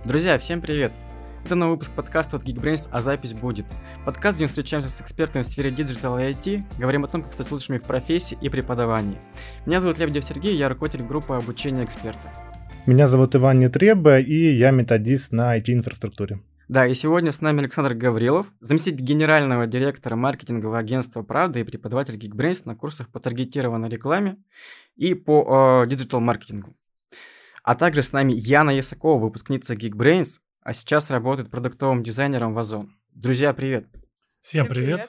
Друзья, всем привет! Это новый выпуск подкаста от Geekbrains, а запись будет. Подкаст, где мы встречаемся с экспертами в сфере диджитал и IT, говорим о том, как стать лучшими в профессии и преподавании. Меня зовут Лебедев Сергей, я руководитель группы обучения экспертов. Меня зовут Иван Нетреба, и я методист на IT-инфраструктуре. Да, и сегодня с нами Александр Гаврилов, заместитель генерального директора маркетингового агентства «Правда» и преподаватель Geekbrains на курсах по таргетированной рекламе и по диджитал-маркетингу. А также с нами Яна Ясакова, выпускница Geekbrains, а сейчас работает продуктовым дизайнером в Озон. Друзья, привет! Всем привет!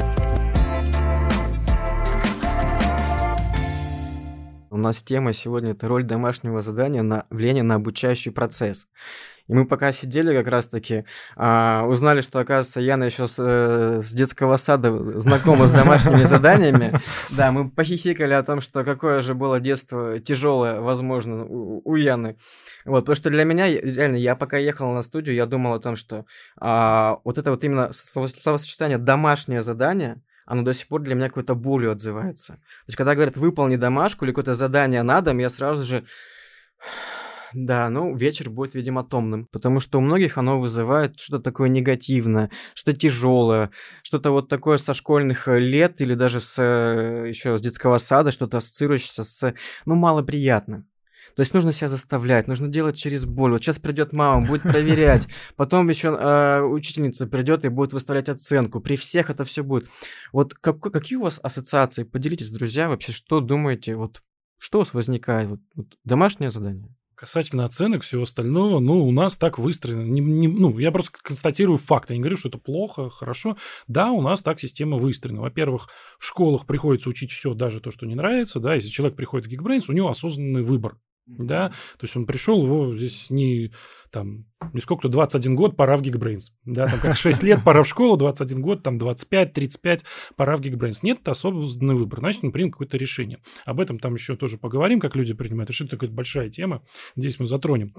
У нас тема сегодня – это роль домашнего задания на влияние на обучающий процесс. И мы пока сидели как раз-таки, узнали, что, оказывается, Яна еще с детского сада знакома с домашними заданиями. Да, мы похихикали о том, что какое же было детство тяжелое, возможно, у Яны. Вот, потому что для меня, реально, я пока ехал на студию, я думал о том, что вот это вот именно словосочетание «домашнее задание», оно до сих пор для меня какой-то болью отзывается. То есть, когда говорят «выполни домашку» или какое-то задание на дом, я сразу же... Да, вечер будет, видимо, томным, потому что у многих оно вызывает что-то такое негативное, что-то тяжелое, что-то вот такое со школьных лет или даже еще с детского сада, что-то ассоциирующееся с, малоприятным. То есть нужно себя заставлять, нужно делать через боль. Вот сейчас придет мама, будет проверять, потом еще учительница придет и будет выставлять оценку. При всех это все будет. Вот какие у вас ассоциации? Поделитесь, друзья, вообще, что думаете? Вот что у вас возникает? Вот домашнее задание? Касательно оценок, всего остального, у нас так выстроено. Я просто констатирую факт, я не говорю, что это плохо, хорошо. Да, у нас так система выстроена. Во-первых, в школах приходится учить все, даже то, что не нравится. Да, если человек приходит в Geekbrains, у него осознанный выбор. Да, то есть он пришел, его здесь не сколько-то 21 год, пора в Geekbrains. Да, там как 6 лет, пора в школу, 21 год, 25-35, пора в Geekbrains. Нет, это осознанный выбор. Значит, мы примем какое-то решение. Об этом там еще тоже поговорим, как люди принимают. Это что-то такая большая тема. Здесь мы затронем.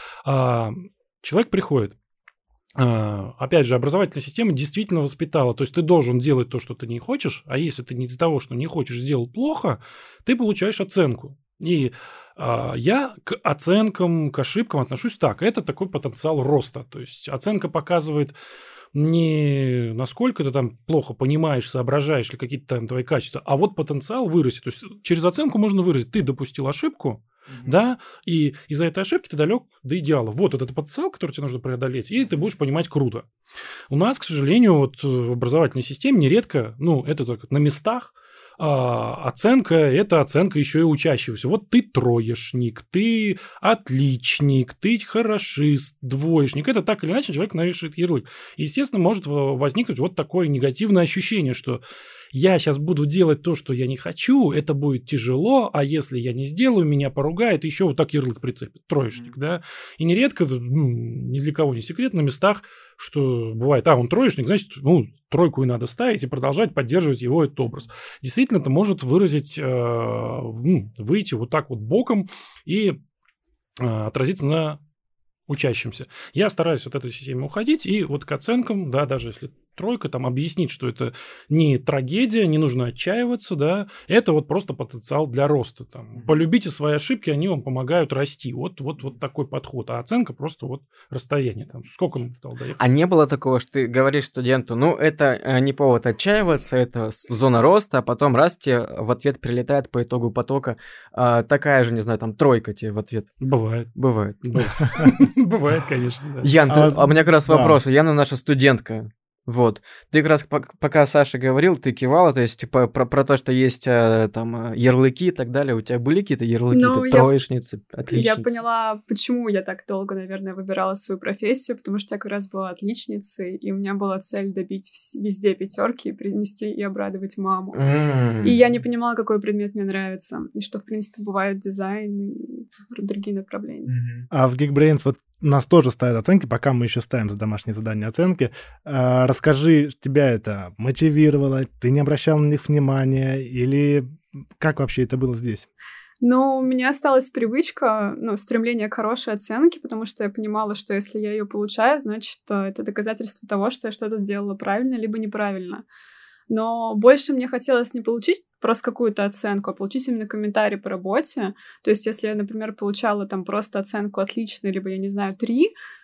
Человек приходит. Опять же, образовательная система действительно воспитала. То есть ты должен делать то, что ты не хочешь, а если ты не из-за того, что не хочешь, сделал плохо, ты получаешь оценку. И я к оценкам, к ошибкам отношусь так. Это такой потенциал роста. То есть оценка показывает не насколько ты там плохо понимаешь, соображаешь или какие-то там твои качества, а вот потенциал вырастет. То есть через оценку можно выразить, ты допустил ошибку, да, и из-за этой ошибки ты далек до идеала. Вот этот потенциал, который тебе нужно преодолеть, и ты будешь понимать круто. У нас, к сожалению, вот в образовательной системе нередко, это только на местах, оценка – это оценка еще и учащегося. Вот ты троечник, ты отличник, ты хорошист, двоечник. Это так или иначе человек навешивает ярлык. И, естественно, может возникнуть вот такое негативное ощущение, что я сейчас буду делать то, что я не хочу, это будет тяжело, а если я не сделаю, меня поругает, еще вот так ярлык прицепит. Троечник, да. И нередко, ни для кого не секрет, на местах, что бывает, он троечник, значит, тройку и надо ставить и продолжать поддерживать его этот образ. Действительно, это может выразить, выйти вот так вот боком и отразиться на учащимся. Я стараюсь от этой системы уходить, и вот к оценкам, да, даже если тройка, объяснить, что это не трагедия, не нужно отчаиваться, да, это вот просто потенциал для роста. Полюбите свои ошибки, они вам помогают расти. Вот такой подход. А оценка просто вот расстояние. Сколько он стал доехать? А не было такого, что ты говоришь студенту, это не повод отчаиваться, это зона роста, а потом раз тебе в ответ прилетает по итогу потока такая же, не знаю, тройка тебе в ответ? Бывает. Бывает, конечно. Да. Ян, у меня как раз вопрос. Яна наша студентка. Вот. Ты как раз, пока Саша говорил, ты кивала, то есть про то, что есть ярлыки и так далее. У тебя были какие-то ярлыки? Троечницы, отличницы? Я поняла, почему я так долго, наверное, выбирала свою профессию, потому что я как раз была отличницей, и у меня была цель добить везде 5 и принести и обрадовать маму. И я не понимала, какой предмет мне нравится, и что, в принципе, бывает дизайн и другие направления. А в Geekbrains у нас тоже ставят оценки, пока мы еще ставим за домашние задания оценки. Расскажи, тебя это мотивировало, ты не обращал на них внимания, или как вообще это было здесь? У меня осталась привычка, стремление к хорошей оценке, потому что я понимала, что если я ее получаю, значит, это доказательство того, что я что-то сделала правильно либо неправильно. Но больше мне хотелось не получить просто какую-то оценку, а получить именно комментарий по работе. То есть, если я, например, получала там просто оценку «отлично», либо, я не знаю, 3,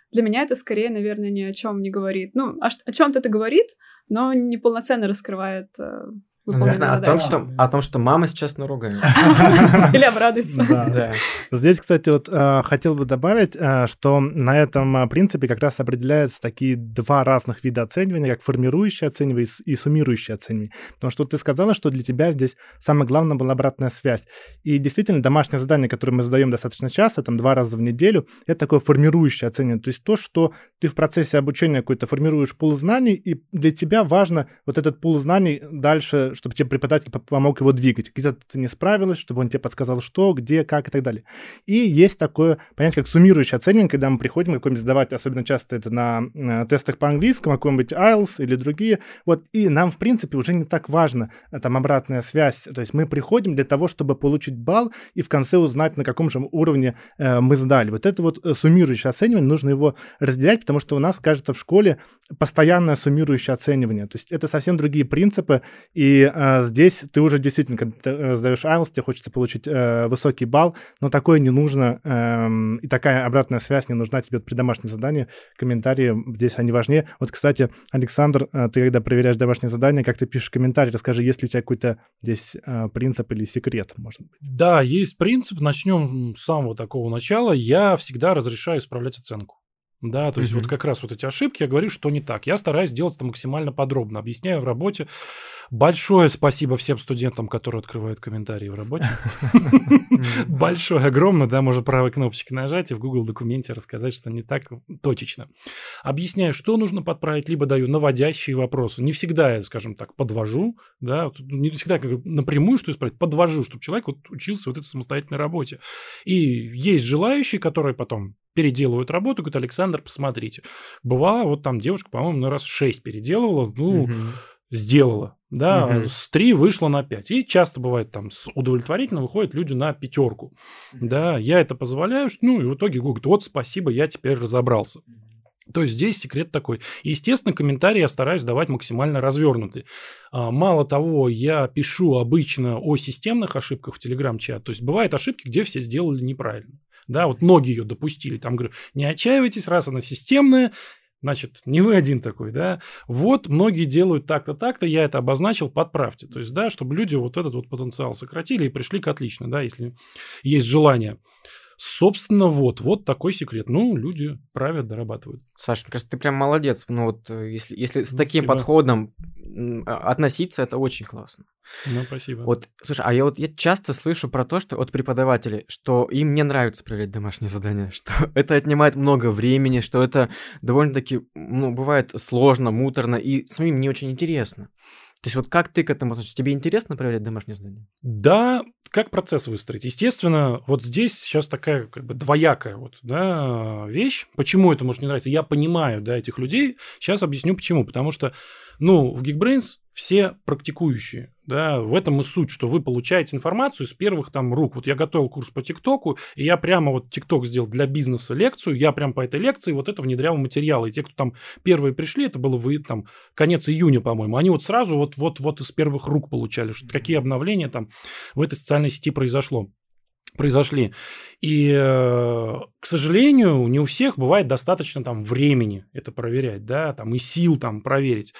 для меня это скорее, наверное, ни о чем не говорит. Ну, о чем-то это говорит, но неполноценно раскрывает наверное, о том, что мама сейчас наругает. Или обрадуется. Да. Здесь, кстати, вот хотел бы добавить, что на этом принципе как раз определяются такие два разных вида оценивания, как формирующее оценивание и суммирующее оценивание. Потому что ты сказала, что для тебя здесь самое главное была обратная связь. И действительно, домашнее задание, которое мы задаем достаточно часто, там 2 раза в неделю, это такое формирующее оценивание. То есть то, что ты в процессе обучения какой-то формируешь пул знаний, и для тебя важно вот этот пул знаний дальше, чтобы тебе преподаватель помог его двигать. Где-то ты не справилась, чтобы он тебе подсказал, что, где, как и так далее. И есть такое понятие, как суммирующее оценивание, когда мы приходим какой-нибудь сдавать, особенно часто это на тестах по английскому, какой-нибудь IELTS или другие, вот, и нам, в принципе, уже не так важно там обратная связь, то есть мы приходим для того, чтобы получить балл и в конце узнать, на каком же уровне мы сдали. Вот это вот суммирующее оценивание, нужно его разделять, потому что у нас, кажется, в школе постоянное суммирующее оценивание, то есть это совсем другие принципы, и здесь ты уже действительно, когда ты сдаешь IELTS, тебе хочется получить высокий балл, но такое не нужно, и такая обратная связь не нужна тебе при домашнем задании. Комментарии здесь они важнее. Вот, кстати, Александр, ты когда проверяешь домашнее задание, как ты пишешь комментарий, расскажи, есть ли у тебя какой-то здесь принцип или секрет, может быть? Да, есть принцип. Начнем с самого такого начала. Я всегда разрешаю исправлять оценку. Да, то есть вот как раз вот эти ошибки, я говорю, что не так. Я стараюсь делать это максимально подробно, объясняю в работе. Большое спасибо всем студентам, которые открывают комментарии в работе. Большое, огромное, да, можно правой кнопочкой нажать и в Google документе рассказать, что не так точечно. Объясняю, что нужно подправить, либо даю наводящие вопросы. Не всегда я, скажем так, подвожу, да, не всегда как напрямую что исправить, подвожу, чтобы человек вот учился вот этой самостоятельной работе. И есть желающие, которые потом переделывают работу, говорят: Александр, посмотрите. Бывало, вот там девушка, по-моему, на раз 6 переделывала, сделала, да, с 3 вышло на 5. И часто бывает там удовлетворительно выходят люди на 5. Да, я это позволяю, и в итоге говорят: вот спасибо, я теперь разобрался. То есть здесь секрет такой. Естественно, комментарии я стараюсь давать максимально развернутые. Мало того, я пишу обычно о системных ошибках в Telegram-чат. То есть бывают ошибки, где все сделали неправильно. Да, вот многие ее допустили. Там говорю: не отчаивайтесь, раз она системная, значит, не вы один такой, да. Вот многие делают так-то, так-то, я это обозначил, подправьте. То есть, да, чтобы люди вот этот вот потенциал сократили и пришли к отлично, да, если есть желание. Собственно, вот такой секрет. Люди правят, дорабатывают. Саша, мне кажется, ты прям молодец. Если с таким подходом относиться, это очень классно. Спасибо. Вот, слушай, я часто слышу про то, что от преподавателей, что им не нравится проверять домашние задания, что это отнимает много времени, что это довольно-таки, бывает сложно, муторно и самим не очень интересно. То есть вот как ты к этому относишься? Тебе интересно проверять домашние задания? Да, как процесс выстроить? Естественно, вот здесь сейчас такая как бы двоякая вещь. Почему это может не нравиться? Я понимаю, этих людей. Сейчас объясню почему. Потому что, в Geekbrains все практикующие. Да, в этом и суть, что вы получаете информацию с первых рук. Вот я готовил курс по ТикТоку, и я прямо ТикТок сделал для бизнеса лекцию, я прям по этой лекции это внедрял материалы. И те, кто там первые пришли, это было конец июня, по-моему, они сразу из первых рук получали, что какие обновления там в этой социальной сети произошли. И, к сожалению, не у всех бывает достаточно времени это проверять, да, и сил проверить.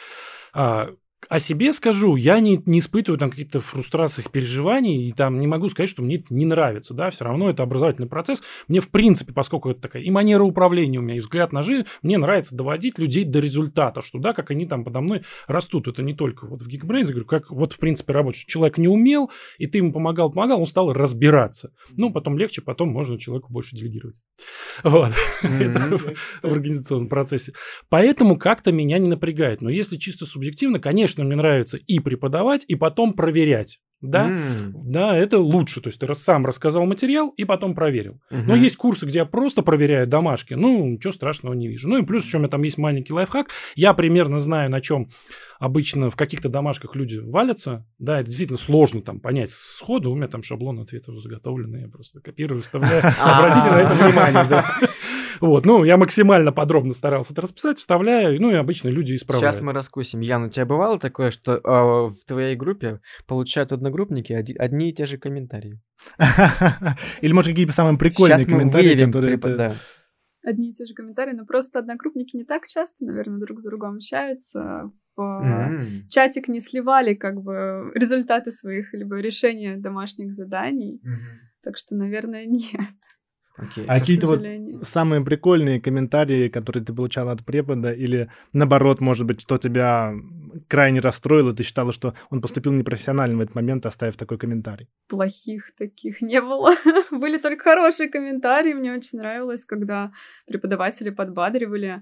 О себе скажу, я не испытываю каких-то фрустраций, переживаний, и не могу сказать, что мне это не нравится, да, все равно это образовательный процесс. Мне, в принципе, поскольку это такая и манера управления у меня, и взгляд на жизнь, мне нравится доводить людей до результата, что, как они подо мной растут. Это не только в Geekbrains, говорю, как в принципе, работать. Человек не умел, и ты ему помогал, он стал разбираться. Потом легче, потом можно человеку больше делегировать. Вот. Это в организационном процессе. Поэтому как-то меня не напрягает. Но если чисто субъективно, конечно, мне нравится и преподавать, и потом проверять. Да, это лучше. То есть ты сам рассказал материал и потом проверил. Но есть курсы, где я просто проверяю домашки. Ничего страшного не вижу. И плюс еще у меня там есть маленький лайфхак. Я примерно знаю, на чем обычно в каких-то домашках люди валятся. Да, это действительно сложно понять сходу. У меня шаблон ответов заготовленный. Я просто копирую, вставляю. Обратите на это внимание. Вот, я максимально подробно старался это расписать, вставляю, и обычно люди исправляют. Сейчас мы раскусим. Ян, у тебя бывало такое, что в твоей группе получают одногруппники одни и те же комментарии? Или, может, какие-то самые прикольные комментарии, которые... одни и те же комментарии, но просто одногруппники не так часто, наверное, друг с другом общаются. В чатик не сливали как бы результаты своих либо решения домашних заданий. Так что, наверное, нет. А какие-то вот самые прикольные комментарии, которые ты получала от препода, или наоборот, может быть, что тебя крайне расстроило, ты считала, что он поступил непрофессионально в этот момент, оставив такой комментарий? Плохих таких не было. Были только хорошие комментарии. Мне очень нравилось, когда преподаватели подбадривали.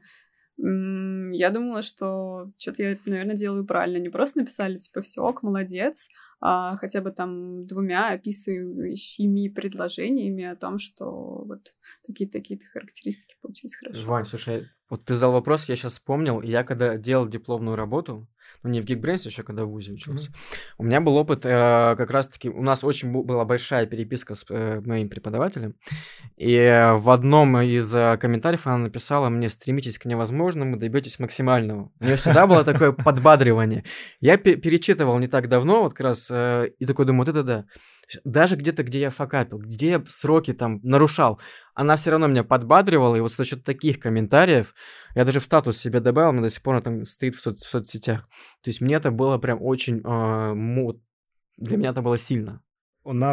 Я думала, что что-то я, наверное, делаю правильно. Не просто написали, типа, все, ок, молодец, а хотя бы там 2 описывающими предложениями о том, что вот такие-то характеристики получились хорошо. Вань, слушай, вот ты задал вопрос, я сейчас вспомнил, я когда делал дипломную работу, ну не в Geekbrains еще, когда в ВУЗе учился, у меня был опыт, как раз-таки, у нас очень была большая переписка с моим преподавателем, и в одном из комментариев она написала мне: стремитесь к невозможному, добьетесь максимального. У нее всегда было такое подбадривание. Я перечитывал не так давно, вот как раз, и такой думаю, вот это да. Даже где-то, где я факапил, где я сроки там нарушал, она все равно меня подбадривала, и вот за счет таких комментариев я даже в статус себе добавил, но до сих пор она там стоит в соцсетях. То есть мне это было прям очень, для меня это было сильно. У меня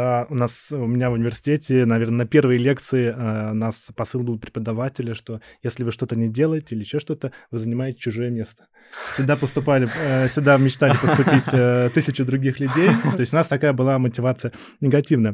в университете, наверное, на первой лекции у нас посыл был преподавателя, что если вы что-то не делаете или еще что-то, вы занимаете чужое место. Сюда мечтали поступить 1000 других людей. То есть у нас такая была мотивация негативная.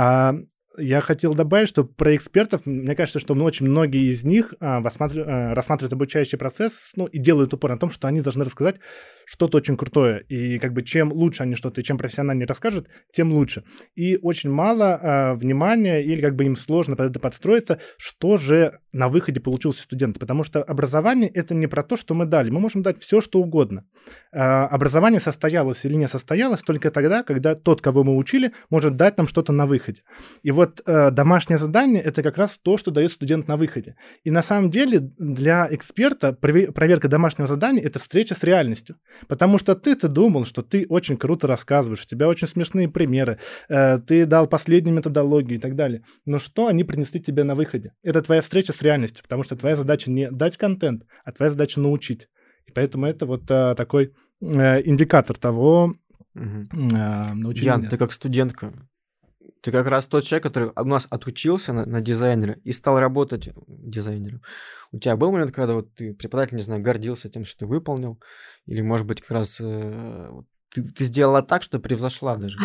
Я хотел добавить, что про экспертов, мне кажется, что очень многие из них рассматривают обучающий процесс, и делают упор на том, что они должны рассказать что-то очень крутое. И как бы чем лучше они что-то, и чем профессиональнее расскажут, тем лучше. И очень мало внимания, или как бы им сложно под это подстроиться, что же на выходе получился студент. Потому что образование — это не про то, что мы дали. Мы можем дать все, что угодно. Образование состоялось или не состоялось только тогда, когда тот, кого мы учили, может дать нам что-то на выходе. И вот домашнее задание — это как раз то, что дает студент на выходе. И на самом деле для эксперта проверка домашнего задания — это встреча с реальностью. Потому что ты-то думал, что ты очень круто рассказываешь, у тебя очень смешные примеры, ты дал последнюю методологию и так далее. Но что они принесли тебе на выходе? Это твоя встреча с реальностью, потому что твоя задача не дать контент, а твоя задача научить. И поэтому это вот такой индикатор того, научили Ян, меня. ты как студентка, ты как раз тот человек, который у нас отучился на дизайнера и стал работать дизайнером. У тебя был момент, когда вот ты, преподаватель, не знаю, гордился тем, что ты выполнил? Или, может быть, как раз ты сделала так, что превзошла даже?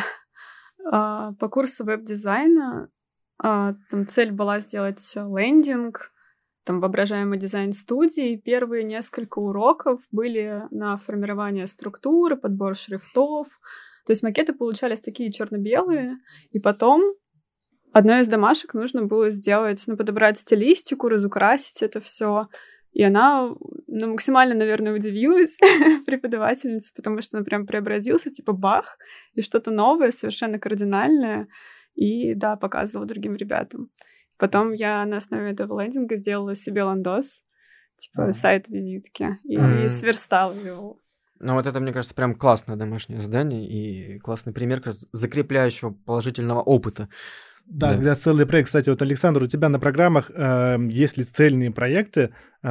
По курсу веб-дизайна там цель была сделать лендинг, там воображаемый дизайн студии. Первые несколько уроков были на формирование структуры, подбор шрифтов. То есть макеты получались такие черно-белые, и потом одной из домашек нужно было сделать, подобрать стилистику, разукрасить это все. И она максимально, наверное, удивилась, преподавательница, потому что он прям преобразился, типа бах, и что-то новое, совершенно кардинальное, и да, показывала другим ребятам. Потом я на основе этого лендинга сделала себе ландос, типа сайт-визитки, и сверстала его. Ну вот это, мне кажется, прям классное домашнее задание и классный пример как раз закрепляющего положительного опыта. Да, когда целый проект. Кстати, вот, Александр, у тебя на программах есть ли цельные проекты,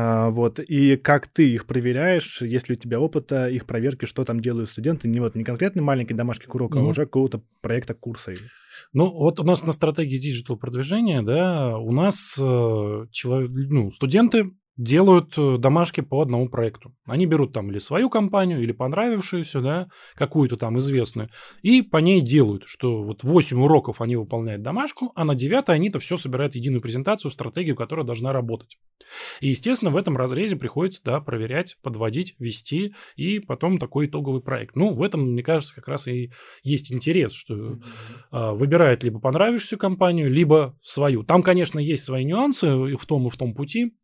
и как ты их проверяешь, есть ли у тебя опыта их проверки, что там делают студенты, не конкретный маленький домашний урок, а уже какого-то проекта, курса. Вот у нас на стратегии диджитал-продвижения, у нас студенты делают домашки по одному проекту. Они берут там или свою компанию, или понравившуюся, какую-то там известную, и по ней делают, что вот 8 уроков они выполняют домашку, а на 9 они-то все собирают в единую презентацию, стратегию, которая должна работать. И, естественно, в этом разрезе приходится, проверять, подводить, вести, и потом такой итоговый проект. В этом, мне кажется, как раз и есть интерес, что выбирают либо понравившуюся компанию, либо свою. Там, конечно, есть свои нюансы и в том пути.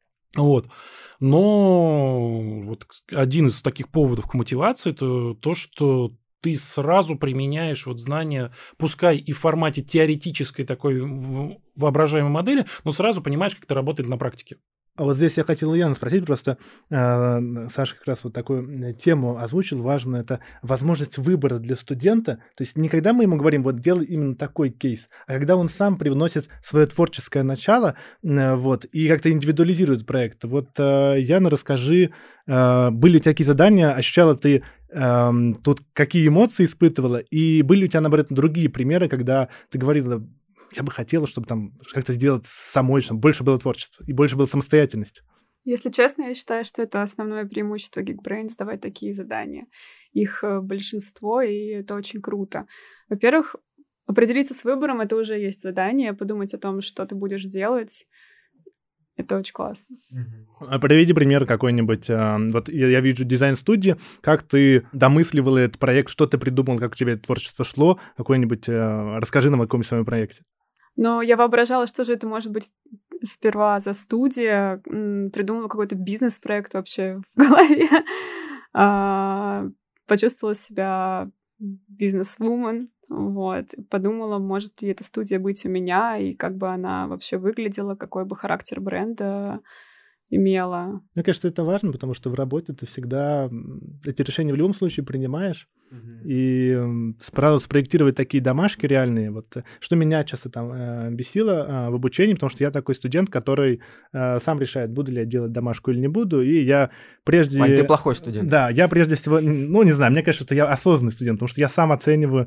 Но вот один из таких поводов к мотивации — это то, что ты сразу применяешь знания, пускай и в формате теоретической такой воображаемой модели, но сразу понимаешь, как это работает на практике. А вот здесь я хотел у Яны спросить, просто Саша как раз вот такую тему озвучил, важно, это возможность выбора для студента. То есть не когда мы ему говорим, вот делай именно такой кейс, а когда он сам привносит свое творческое начало, вот, и как-то индивидуализирует проект. Вот, Яна, расскажи, были у тебя какие задания, ощущала ты тут какие эмоции испытывала, и были у тебя, наоборот, другие примеры, когда ты говорила, я бы хотела, чтобы там как-то сделать самой, чтобы больше было творчества и больше было самостоятельности. Если честно, я считаю, что это основное преимущество Geekbrains — давать такие задания. Их большинство, и это очень круто. Во-первых, определиться с выбором — это уже есть задание, подумать о том, что ты будешь делать. Это очень классно. Приведи пример какой-нибудь. Вот я вижу дизайн-студии. Как ты домысливала этот проект? Что ты придумал? Как у тебя это творчество шло? Какой-нибудь... Расскажи нам о каком-нибудь своем проекте. Но я воображала, что же это может быть сперва за студия. Придумала какой-то бизнес-проект вообще в голове. Почувствовала себя бизнес-вумен. Вот. Подумала, может ли эта студия быть у меня, и как бы она вообще выглядела, какой бы характер бренда имела. Мне кажется, это важно, потому что в работе ты всегда эти решения в любом случае принимаешь. И спроектировать такие домашки реальные. Вот что меня часто там бесило в обучении, потому что я такой студент, который сам решает, буду ли я делать домашку или не буду. И я прежде... Вань, ты плохой студент. Да, я прежде всего... Ну, не знаю, мне кажется, что я осознанный студент, потому что я сам оцениваю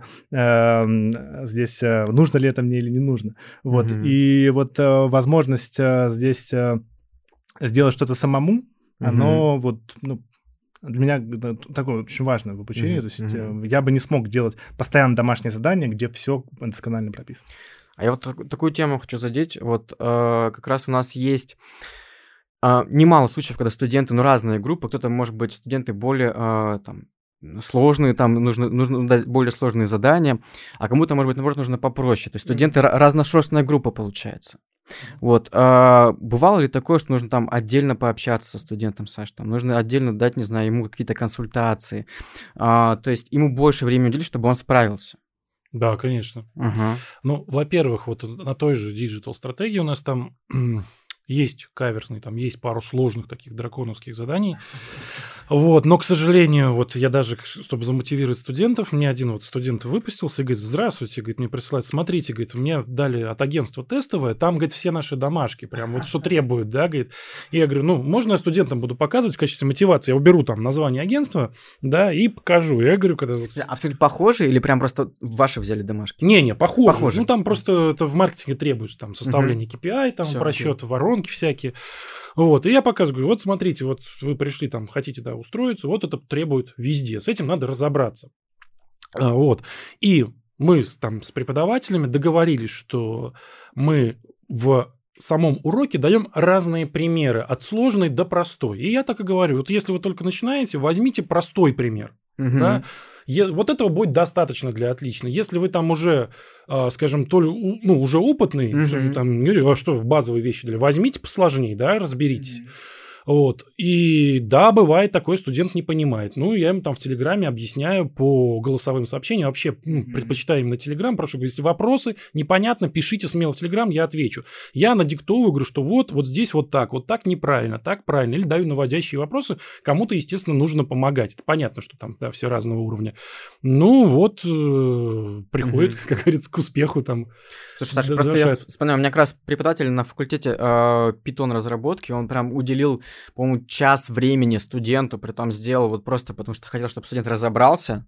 здесь, нужно ли это мне или не нужно. Вот. И вот возможность здесь... сделать что-то самому, оно вот, ну, для меня такое очень важно в обучении. То есть я бы не смог делать постоянно домашние задания, где все досконально прописано. А я вот такую тему хочу задеть. Вот как раз у нас есть немало случаев, когда студенты, ну, разные группы, кто-то, может быть, студенты более там сложные, там нужно дать более сложные задания, а кому-то, может быть, наоборот, нужно попроще. То есть студенты разношерстная группа получается. Вот. Бывало ли такое, что нужно там отдельно пообщаться со студентом, Саш, там нужно отдельно дать, не знаю, ему какие-то консультации, то есть ему больше времени уделить, чтобы он справился? Да, конечно. Ну, во-первых, вот на той же диджитал-стратегии у нас там есть каверзный, там есть пару сложных таких драконовских заданий. Вот, но, к сожалению, вот я даже, чтобы замотивировать студентов, мне один вот студент выпустился и говорит: здравствуйте, говорит, мне присылают, смотрите, говорит, мне дали от агентства тестовое, там, говорит, все наши домашки, прям вот что требуют, да, говорит. И я говорю, ну, можно я студентам буду показывать в качестве мотивации, я уберу там название агентства, да, и покажу. Я говорю, когда... Вот... А все похожи или прям просто ваши взяли домашки? Не, похожи. Ну, там просто это в маркетинге требуется, там, составление KPI, там, просчет воронки всякие. Вот, и я показываю, говорю, вот смотрите, вот вы пришли там, хотите, да, устроиться, вот это требует везде, с этим надо разобраться. Вот, и мы там с преподавателями договорились, что мы в самом уроке даем разные примеры, от сложной до простой. И я так и говорю, вот если вы только начинаете, возьмите простой пример, да, вот этого будет достаточно для отлично. Если вы там уже, скажем, уже опытный, там, говорю, а что базовые вещи для, возьмите посложнее, да, разберитесь. Вот. И да, бывает такой, студент не понимает. Ну, я им там в Телеграме объясняю по голосовым сообщениям. Вообще предпочитаю именно Телеграм. Прошу, если вопросы непонятно, пишите смело в Телеграм, я отвечу. Я надиктовываю, говорю, что вот здесь вот так неправильно, так правильно. Или даю наводящие вопросы. Кому-то, естественно, нужно помогать. Это понятно, что там, да, все разного уровня. Ну, вот приходит, как говорится, к успеху там. Слушай, Саша, просто я вспоминаю, у меня как раз преподаватель на факультете Python разработки, он прям уделил, по-моему, час времени студенту, притом сделал вот просто потому, что хотел, чтобы студент разобрался.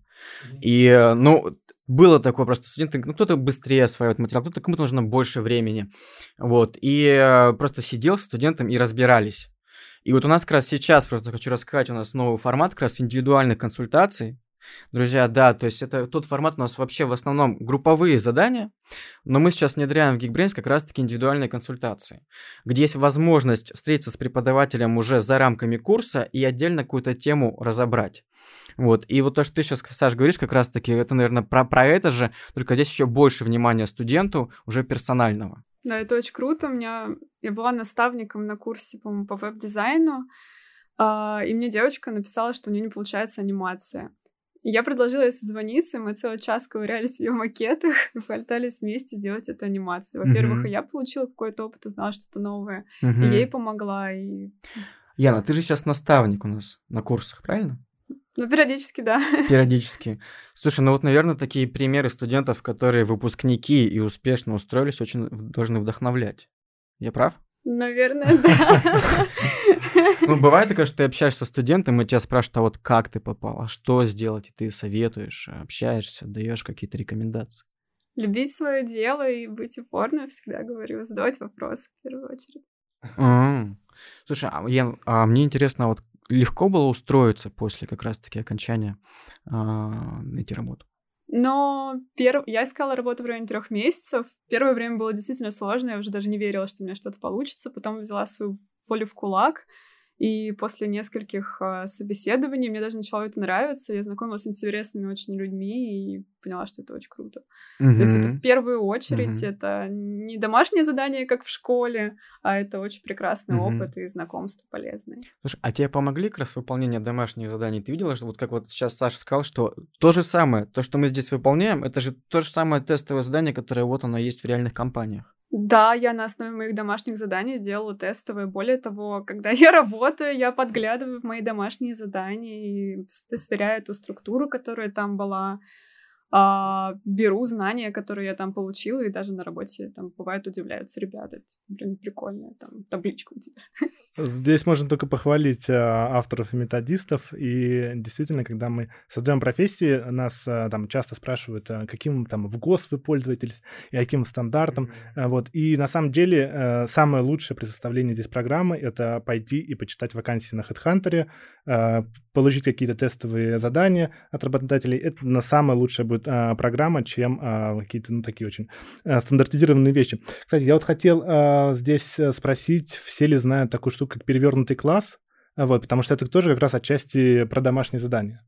И, ну, было такое просто, студенты, ну, кто-то быстрее осваивает материал, кто-то, кому-то нужно больше времени. Вот, и просто сидел с студентом и разбирались. И вот у нас как раз сейчас, просто хочу рассказать, у нас новый формат как раз индивидуальных консультаций. Друзья, да, то есть это тот формат у нас вообще в основном групповые задания, но мы сейчас внедряем в Geekbrains как раз-таки индивидуальные консультации, где есть возможность встретиться с преподавателем уже за рамками курса и отдельно какую-то тему разобрать. Вот, и вот то, что ты сейчас, Саш, говоришь, как раз-таки, это, наверное, про это же, только здесь еще больше внимания студенту уже персонального. Да, это очень круто. Я была наставником на курсе, по-моему, по веб-дизайну, и мне девочка написала, что у нее не получается анимация. И я предложила ей созвониться, и мы целый час ковырялись в ее макетах и пытались вместе сделать эту анимацию. Во-первых, и я получила какой-то опыт, узнала что-то новое, и ей помогла. И... Яна, ты же сейчас наставник у нас на курсах, правильно? Ну, периодически, да. Периодически. Слушай, ну вот, наверное, такие примеры студентов, которые выпускники и успешно устроились, очень должны вдохновлять. Я прав? Наверное, да. Ну, бывает такое, что ты общаешься со студентом, и тебя спрашивают, а вот как ты попал, а что сделать, и ты советуешь, общаешься, даешь какие-то рекомендации. Любить свое дело и быть упорным, всегда говорю, задавать вопросы в первую очередь. Слушай, а мне интересно, вот легко было устроиться после как раз-таки окончания найти работу? Но я искала работу в районе 3 месяцев. Первое время было действительно сложно, я уже даже не верила, что у меня что-то получится. Потом взяла свою волю в кулак, и после нескольких собеседований мне даже начало это нравиться. Я знакомилась с интересными очень людьми и поняла, что это очень круто. То есть это в первую очередь это не домашнее задание, как в школе, а это очень прекрасный опыт и знакомства полезные. Слушай, а тебе помогли как раз выполнение домашних заданий? Ты видела, что вот как вот сейчас Саша сказал, что то же самое, то, что мы здесь выполняем, это же то же самое тестовое задание, которое вот оно есть в реальных компаниях. Да, я на основе моих домашних заданий сделала тестовые. Более того, когда я работаю, я подглядываю в мои домашние задания и сверяю ту структуру, которая там была, беру знания, которые я там получила, и даже на работе там бывает удивляются ребята. Блин, прикольная там табличка у тебя. Здесь можно только похвалить авторов и методистов. И действительно, когда мы создаем профессии, нас там часто спрашивают, каким там в ГОС вы пользуетесь и каким стандартом. Вот. И на самом деле самое лучшее при составлении здесь программы — это пойти и почитать вакансии на HeadHunter, получить какие-то тестовые задания от работодателей. Это на самая лучшая будет программа, чем какие-то такие очень стандартизированные вещи. Кстати, я вот хотел здесь спросить, все ли знают такую штуку, как перевернутый класс, вот, потому что это тоже как раз отчасти про домашние задания.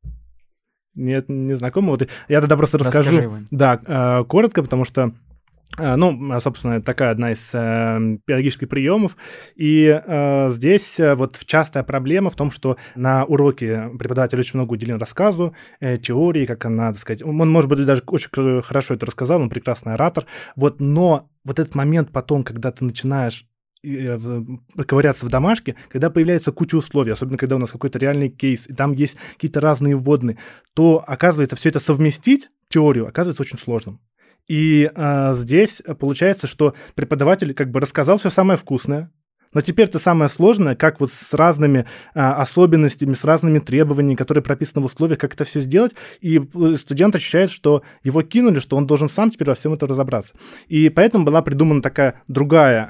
Нет, не знакомо. Вот я тогда просто расскажу. Да, коротко, потому что собственно, такая одна из педагогических приемов. И здесь вот частая проблема в том, что на уроке преподаватель очень много уделен рассказу, теории, как она, так сказать, он, может быть, даже очень хорошо это рассказал, он прекрасный оратор, вот, но вот этот момент потом, когда ты начинаешь ковыряться в домашке, когда появляется куча условий, особенно когда у нас какой-то реальный кейс, и там есть какие-то разные вводные, то, оказывается, все это совместить, теорию, оказывается очень сложным. И здесь получается, что преподаватель как бы рассказал все самое вкусное, но теперь-то самое сложное, как вот с разными особенностями, с разными требованиями, которые прописаны в условиях, как это все сделать, и студент ощущает, что его кинули, что он должен сам теперь во всем этом разобраться. И поэтому была придумана такая другой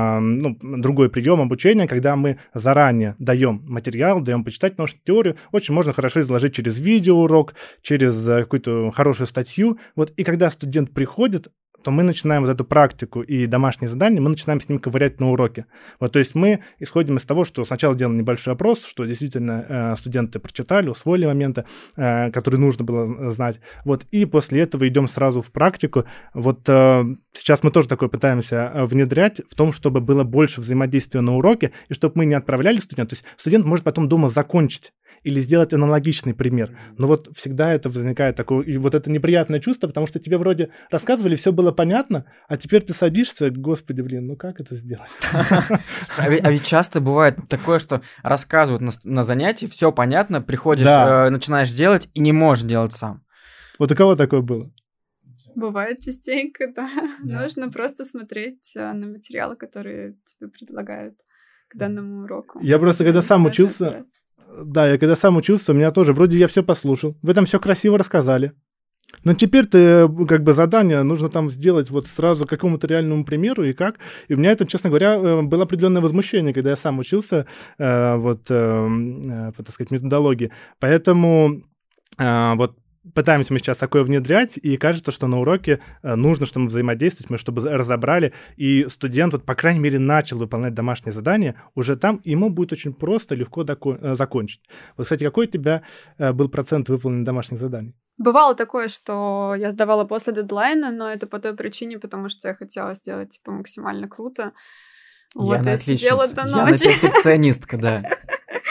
прием обучения, когда мы заранее даем материал, даем почитать, потому что теорию очень можно хорошо изложить через видеоурок, через какую-то хорошую статью. Вот, и когда студент приходит, то мы начинаем вот эту практику и домашние задания, мы начинаем с ним ковырять на уроке. Вот, то есть мы исходим из того, что сначала делаем небольшой опрос, что действительно студенты прочитали, усвоили моменты, которые нужно было знать. Вот, и после этого идем сразу в практику. Вот сейчас мы тоже такое пытаемся внедрять в том, чтобы было больше взаимодействия на уроке, и чтобы мы не отправляли студента. То есть студент может потом дома закончить или сделать аналогичный пример. Но вот всегда это возникает такое, и вот это неприятное чувство, потому что тебе вроде рассказывали, все было понятно, а теперь ты садишься, господи, блин, ну как это сделать? А ведь часто бывает такое, что рассказывают на занятии, все понятно, приходишь, начинаешь делать и не можешь делать сам. Вот у кого такое было? Бывает частенько, да. Нужно просто смотреть на материалы, которые тебе предлагают к данному уроку. Я просто когда сам учился... Да, я когда сам учился, у меня тоже, вроде я все послушал, вы там все красиво рассказали, но теперь ты, как бы, задание нужно там сделать вот сразу к какому-то реальному примеру, и как. И у меня это, честно говоря, было определенное возмущение, когда я сам учился, так сказать, методологии. Поэтому вот пытаемся мы сейчас такое внедрять, и кажется, что на уроке нужно, чтобы мы взаимодействовать, мы чтобы разобрали, и студент, вот, по крайней мере, начал выполнять домашнее задание, уже там ему будет очень просто, легко закончить. Вот, кстати, какой у тебя был процент выполненных домашних заданий? Бывало такое, что я сдавала после дедлайна, но это по той причине, потому что я хотела сделать, типа, максимально круто. Вот, я сидела до ночи. Я перфекционистка, да.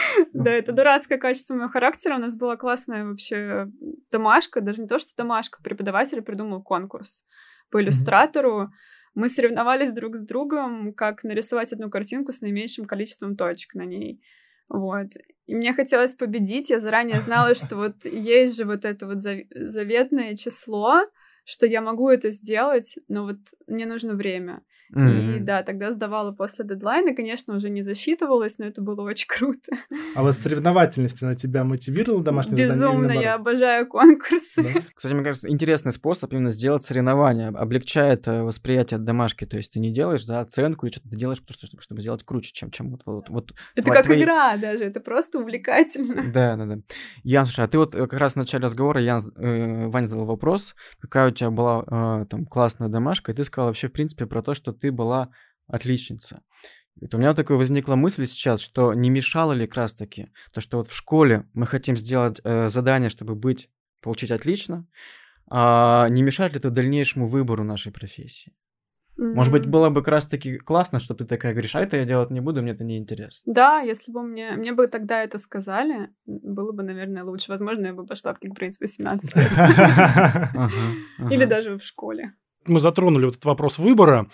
Да, это дурацкое качество моего характера. У нас была классная вообще домашка, даже не то, что домашка, преподаватель придумал конкурс по иллюстратору. Мы соревновались друг с другом, как нарисовать одну картинку с наименьшим количеством точек на ней. Вот. И мне хотелось победить. Я заранее знала, что вот есть же вот это вот заветное число, что я могу это сделать, но вот мне нужно время. И да, тогда сдавала после дедлайна, конечно, уже не засчитывалось, но это было очень круто. А вот соревновательность на тебя мотивировала домашнее задание? Безумно, я обожаю конкурсы. Да? Кстати, мне кажется, интересный способ именно сделать соревнования, облегчает восприятие домашки, то есть ты не делаешь за оценку или что-то, ты делаешь, чтобы сделать круче, чем вот это как игра даже, это просто увлекательно. Да. Ян, слушай, а ты вот как раз в начале разговора Ваня задал вопрос, какая у тебя была там классная домашка, и ты сказала вообще, в принципе, про то, что ты была отличница. И у меня такая возникла мысль сейчас, что не мешало ли как раз-таки то, что вот в школе мы хотим сделать задание, чтобы получить отлично, не мешает ли это дальнейшему выбору нашей профессии? Может быть, было бы как раз-таки классно, что ты такая говоришь, а это я делать не буду, мне это не интересно. Да, если бы мне бы тогда это сказали, было бы, наверное, лучше. Возможно, я бы пошла в Geekbrains 18 лет. Или даже в школе. Мы затронули вот этот вопрос выбора.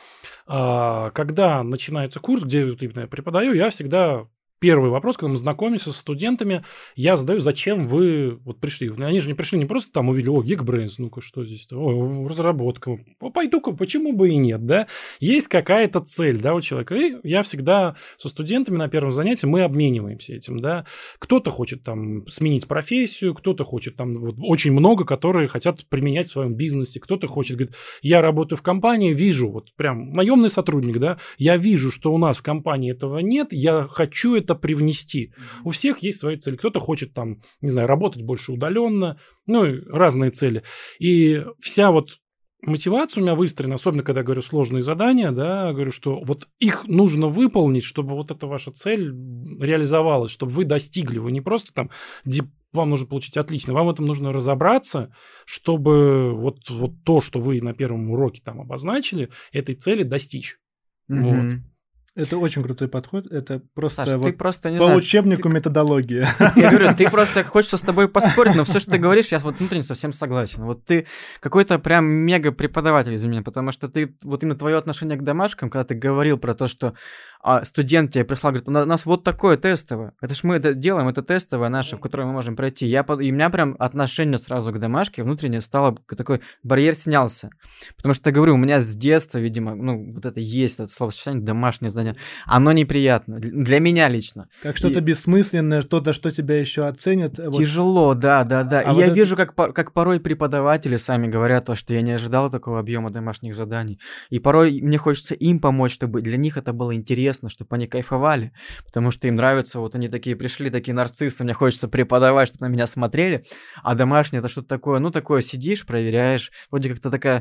Когда начинается курс, где вот именно я преподаю, я всегда... Первый вопрос, когда мы знакомимся с студентами, я задаю, зачем вы вот пришли. Они же не пришли не просто там увидели, Geekbrains, ну-ка, что здесь? Разработка. Пойду-ка, почему бы и нет, да? Есть какая-то цель, да, у человека. И я всегда со студентами на первом занятии мы обмениваемся этим, да. Кто-то хочет там сменить профессию, кто-то хочет там, вот, очень много, которые хотят применять в своем бизнесе, кто-то хочет, говорит, я работаю в компании, вижу, вот прям наемный сотрудник, да, я вижу, что у нас в компании этого нет, я хочу это привнести. У всех есть свои цели. Кто-то хочет там, не знаю, работать больше удаленно, ну, и разные цели. И вся вот мотивация у меня выстроена, особенно когда я говорю сложные задания, да, говорю, что вот их нужно выполнить, чтобы вот эта ваша цель реализовалась, чтобы вы достигли. Вы не просто там, вам нужно получить отлично, вам в этом нужно разобраться, чтобы вот то, что вы на первом уроке там обозначили, этой цели достичь. Вот. Это очень крутой подход. Это просто, Саш, вот ты просто не по знаю, учебнику методологии. Я говорю, ты просто хочется с тобой поспорить, но все, что ты говоришь, я вот внутренне совсем согласен. Вот ты какой-то прям мега преподаватель из меня, потому что ты, вот именно твое отношение к домашкам, когда ты говорил про то, что студент тебе прислал, говорит, у нас вот такое тестовое. Это ж мы это делаем, это тестовое наше, в которое мы можем пройти. И у меня прям отношение сразу к домашке внутренне стало, такой барьер снялся. Потому что, я говорю, у меня с детства, видимо, ну, вот это есть, это словосочетание «домашнее задание». Оно неприятно. Для меня лично. Как что-то бессмысленное, что-то, что тебя еще оценят. Тяжело, вот. Да. И вот я вижу, как порой преподаватели сами говорят, то, что я не ожидал такого объема домашних заданий. И порой мне хочется им помочь, чтобы для них это было интересно, чтобы они кайфовали. Потому что им нравится, вот они такие пришли, такие нарциссы, мне хочется преподавать, чтобы на меня смотрели. А домашнее это что-то такое, ну, такое сидишь, проверяешь. Вроде как-то такая,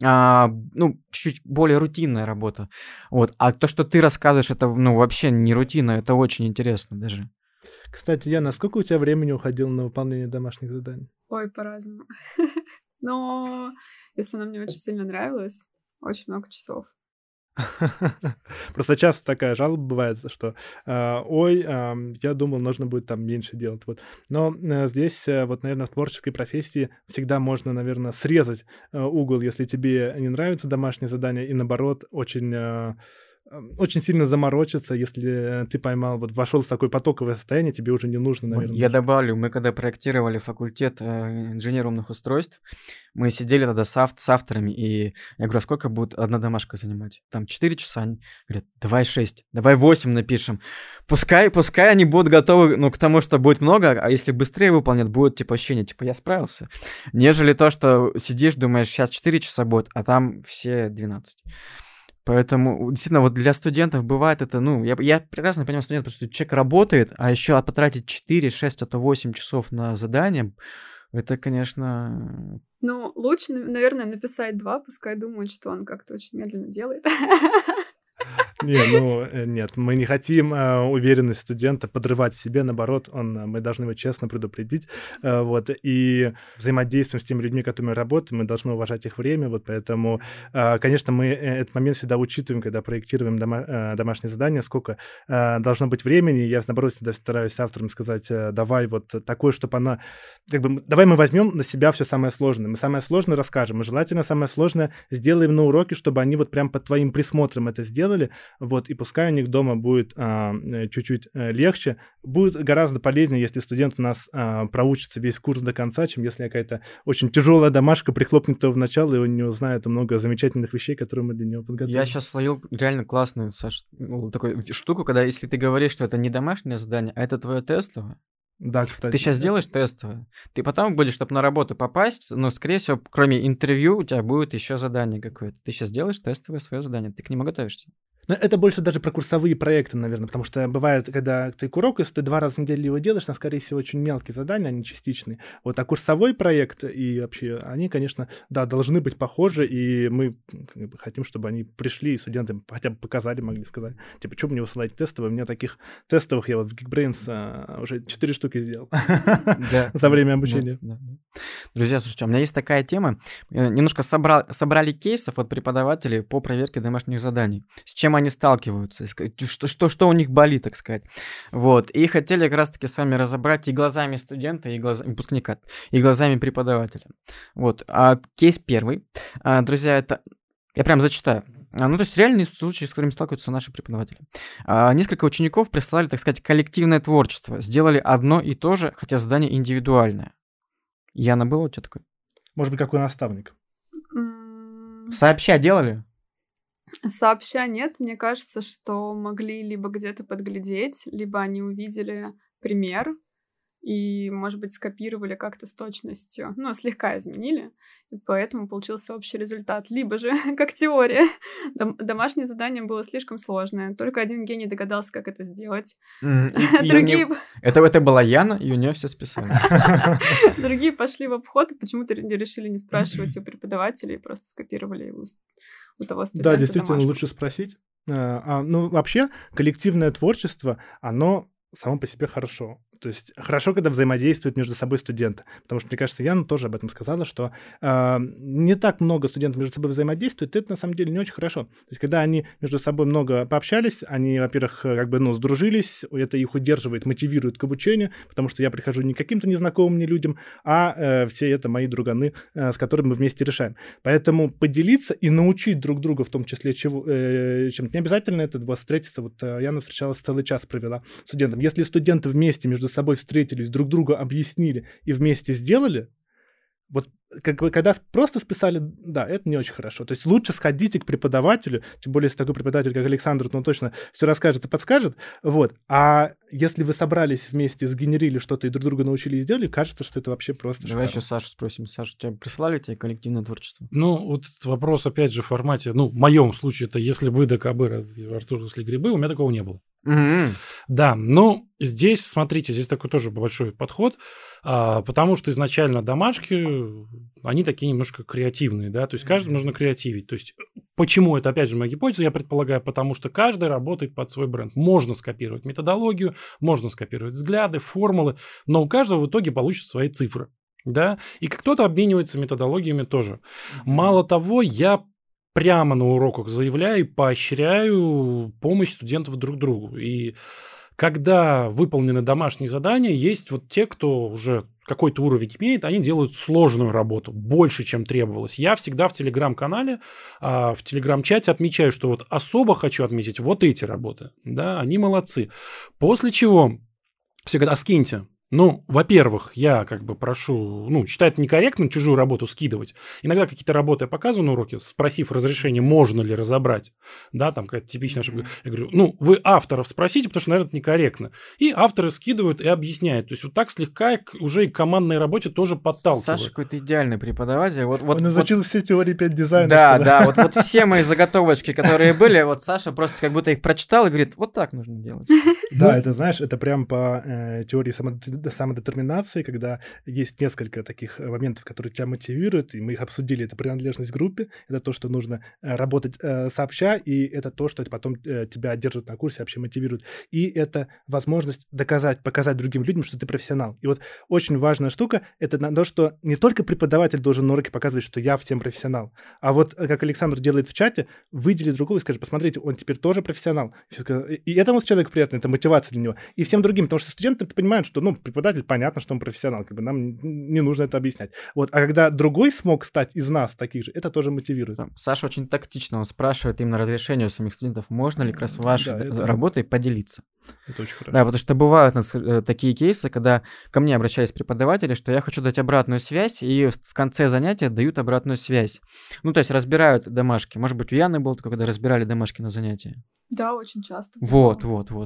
чуть-чуть более рутинная работа. Вот. А то, что ты рассказываешь, это, вообще не рутина, это очень интересно даже. Кстати, Яна, сколько у тебя времени уходило на выполнение домашних заданий? Ой, по-разному. Но если она мне очень сильно нравилась, очень много часов. Просто часто такая жалоба бывает, что я думал, нужно будет там меньше делать. Вот. Но здесь, вот, наверное, в творческой профессии всегда можно, наверное, срезать угол, если тебе не нравится домашнее задание, и наоборот, очень сильно заморочиться, если ты вошел в такое потоковое состояние, тебе уже не нужно, наверное. Я добавлю, мы когда проектировали факультет инженера умных устройств, мы сидели тогда с авторами, и я говорю, а сколько будет одна домашка занимать? Там 4 часа. Они говорят, давай 6, давай 8 напишем. Пускай они будут готовы, к тому, что будет много, а если быстрее выполнят, будет, ощение, я справился. Нежели то, что сидишь, думаешь, сейчас 4 часа будет, а там все 12. Поэтому, действительно, вот для студентов бывает это, я прекрасно понимаю студентов, потому что человек работает, а еще потратить 4, 6, а то 8 часов на задание, это, конечно... Лучше, наверное, написать 2, пускай думают, что он как-то очень медленно делает. Нет, мы не хотим уверенность студента подрывать в себе, наоборот, мы должны его честно предупредить, и взаимодействуем с теми людьми, которыми мы работаем, мы должны уважать их время, поэтому, конечно, мы этот момент всегда учитываем, когда проектируем домашнее задание, сколько должно быть времени, я, наоборот, всегда стараюсь авторам сказать, давай такое, чтобы она, давай мы возьмем на себя все самое сложное, мы самое сложное расскажем, мы желательно самое сложное сделаем на уроке, чтобы они прям под твоим присмотром это сделали, и пускай у них дома будет чуть-чуть легче. Будет гораздо полезнее, если студент у нас проучится весь курс до конца, чем если какая-то очень тяжелая домашка прихлопнет его в начало, и он не узнает много замечательных вещей, которые мы для него подготовили. Я сейчас словил реально классную, Саш, такую штуку, когда если ты говоришь, что это не домашнее задание, а это твое тестовое. Да, кстати. Ты сейчас делаешь тестовое. Ты потом будешь, чтобы на работу попасть, но, скорее всего, кроме интервью, у тебя будет еще задание какое-то. Ты сейчас делаешь тестовое свое задание, ты к нему готовишься. Но это больше даже про курсовые проекты, наверное, потому что бывает, когда ты урок, если ты 2 раза в неделю его делаешь, на, скорее всего, очень мелкие задания, они частичные. А курсовой проект и вообще, они, конечно, да, должны быть похожи, и мы хотим, чтобы они пришли, и студенты хотя бы показали, могли сказать, что мне высылать тестовые? У меня таких тестовых, я в Geekbrains уже 4 штуки сделал за время обучения. Друзья, слушайте, у меня есть такая тема. Немножко собрали кейсов от преподавателей по проверке домашних заданий. С чем они сталкиваются, что у них болит, так сказать. И хотели как раз-таки с вами разобрать и глазами студента, и глазами выпускника, и глазами преподавателя. Кейс первый. Друзья, это... Я прям зачитаю. То есть реальные случаи, с которыми сталкиваются наши преподаватели. Несколько учеников прислали, так сказать, коллективное творчество. Сделали одно и то же, хотя задание индивидуальное. Яна, было у тебя такое? Может быть, какой наставник? Сообща делали? Сообща нет. Мне кажется, что могли либо где-то подглядеть, либо они увидели пример и, может быть, скопировали как-то с точностью, слегка изменили, и поэтому получился общий результат. Либо же, как теория, домашнее задание было слишком сложное, только один гений догадался, как это сделать. Другие... Это была Яна, и у нее все списали. Другие пошли в обход и почему-то решили не спрашивать у преподавателей, просто скопировали его у того студента. Да, действительно, лучше спросить. Вообще, коллективное творчество, оно само по себе хорошо. То есть хорошо, когда взаимодействуют между собой студенты. Потому что, мне кажется, Яна тоже об этом сказала, что не так много студентов между собой взаимодействуют, и это на самом деле не очень хорошо. То есть когда они между собой много пообщались, они, во-первых, сдружились, это их удерживает, мотивирует к обучению, потому что я прихожу не к каким-то незнакомым мне людям, а все это мои друганы, с которыми мы вместе решаем. Поэтому поделиться и научить друг друга, в том числе чем-то, не обязательно это встретиться. Яна встречалась, целый час провела студентам. Если студенты вместе между собой встретились, друг другу объяснили и вместе сделали, когда просто списали, да, это не очень хорошо. То есть лучше сходите к преподавателю, тем более, если такой преподаватель, как Александр, то он точно все расскажет и подскажет. А если вы собрались вместе, сгенерили что-то и друг друга научили и сделали, кажется, что это вообще просто Давай еще Сашу спросим. Саша, тебя присылали тебе коллективное творчество? Этот вопрос, опять же, в формате, в моем случае, это если бы ДКБ, Артур, если грибы, у меня такого не было. Да, здесь, смотрите, здесь такой тоже большой подход, потому что изначально домашки, они такие немножко креативные, да, то есть каждому нужно креативить. То есть почему это, опять же, моя гипотеза, я предполагаю, потому что каждый работает под свой бренд. Можно скопировать методологию, можно скопировать взгляды, формулы, но у каждого в итоге получится свои цифры, да, и кто-то обменивается методологиями тоже. Мало того, я прямо на уроках заявляю и поощряю помощь студентов друг другу. И когда выполнены домашние задания, есть те, кто уже какой-то уровень имеет, они делают сложную работу, больше, чем требовалось. Я всегда в Телеграм-канале, в Телеграм-чате отмечаю, что особо хочу отметить эти работы. Да, они молодцы. После чего все говорят, скиньте. Во-первых, я прошу, считаю это некорректным чужую работу скидывать. Иногда какие-то работы я показываю на уроке, спросив разрешение, можно ли разобрать. Да, там какая-то типичная ошибка. Я говорю, вы авторов спросите, потому что, наверное, это некорректно. И авторы скидывают и объясняют. То есть так слегка уже и к командной работе тоже подталкивают. Саша какой-то идеальный преподаватель. Он изучил все теории 5 дизайна. Да, все мои заготовочки, которые были, Саша просто как будто их прочитал и говорит, так нужно делать. Да, это, знаешь, это прям по теории самодетерминации, когда есть несколько таких моментов, которые тебя мотивируют, и мы их обсудили. Это принадлежность к группе, это то, что нужно работать сообща, и это то, что потом тебя держит на курсе, вообще мотивирует. И это возможность показать другим людям, что ты профессионал. И вот очень важная штука — это то, что не только преподаватель должен на уроке показывать, что я всем профессионал, а вот, как Александр делает в чате, выдели другого и скажет: посмотрите, он теперь тоже профессионал. И этому человеку приятно, это мотивация для него. И всем другим, потому что студенты понимают, что, преподаватель, понятно, что он профессионал, нам не нужно это объяснять. Вот. А когда другой смог стать из нас таких же, это тоже мотивирует. Саша очень тактично, он спрашивает именно разрешение у самих студентов, можно ли как раз вашей работой поделиться. Это очень хорошо. Да, потому что бывают у нас такие кейсы, когда ко мне обращались преподаватели, что я хочу дать обратную связь, и в конце занятия дают обратную связь. То есть разбирают домашки. Может быть, у Яны было такое, когда разбирали домашки на занятия? Да, очень часто. Вот.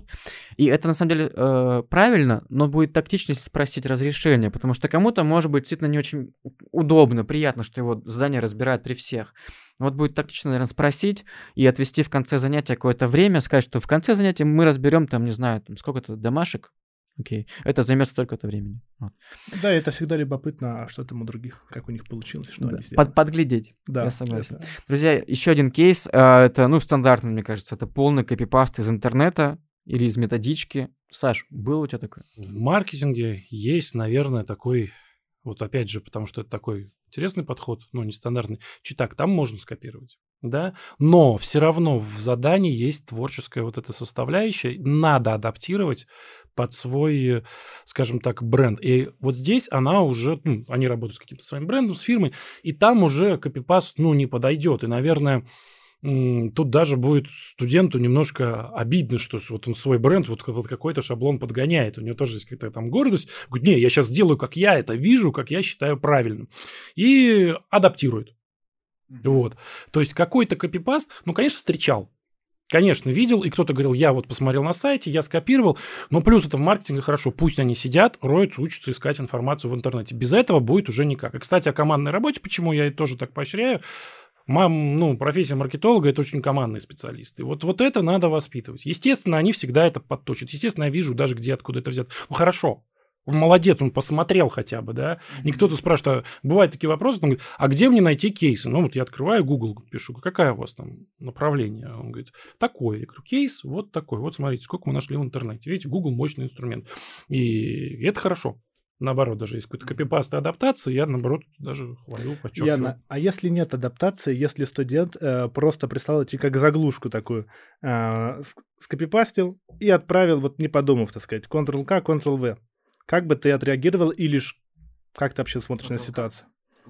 И это, на самом деле, правильно, но будет тактично, если спросить разрешение, потому что кому-то, может быть, действительно не очень удобно, приятно, что его задание разбирают при всех. Вот будет тактично, наверное, спросить и отвести в конце занятия какое-то время, сказать, что в конце занятия мы разберем, сколько-то домашек. Окей, это займет столько-то времени. Вот. Да, это всегда любопытно, что там у других, как у них получилось, что они сделали. Подглядеть, да, я согласен. Это... Друзья, еще один кейс, это, стандартный, мне кажется, это полный копипаст из интернета или из методички. Саш, было у тебя такое? В маркетинге есть, наверное, такой, вот опять же, потому что это такой интересный подход, нестандартный. Читак, там можно скопировать, да, но все равно в задании есть творческая вот эта составляющая, надо адаптировать под свой, скажем так, бренд. И вот здесь она уже, они работают с каким-то своим брендом, с фирмой, и там уже копипаст, не подойдет. И, наверное, тут даже будет студенту немножко обидно, что вот он свой бренд вот какой-то шаблон подгоняет. У него тоже есть какая-то там гордость. Говорит: не, я сейчас сделаю, как я это вижу, как я считаю правильным. И адаптирует. Вот. То есть какой-то копипаст, конечно, встречал. Конечно, видел, и кто-то говорил: я вот посмотрел на сайте, я скопировал, но плюс это в маркетинге хорошо, пусть они сидят, роются, учатся искать информацию в интернете. Без этого будет уже никак. И, кстати, о командной работе, почему я тоже так поощряю. Профессия маркетолога – это очень командные специалисты. Вот это надо воспитывать. Естественно, они всегда это подточат. Естественно, я вижу даже, откуда это взято. Хорошо. Молодец, он посмотрел хотя бы, да. Не кто-то спрашивает, бывают такие вопросы, он говорит: а где мне найти кейсы? Я открываю Google, пишу: какая у вас там направление? Он говорит: такое. Я говорю: кейс вот такой. Вот смотрите, сколько мы нашли в интернете. Видите, Google мощный инструмент. И это хорошо. Наоборот, даже есть какой-то копипаст и адаптация, я, наоборот, даже хвалю, подчеркиваю. Яна, а если нет адаптации, если студент просто прислал тебе как заглушку такую, скопипастил и отправил, не подумав, так сказать, Ctrl-K, Ctrl-V, как бы ты отреагировал или как ты вообще смотришь на ситуацию?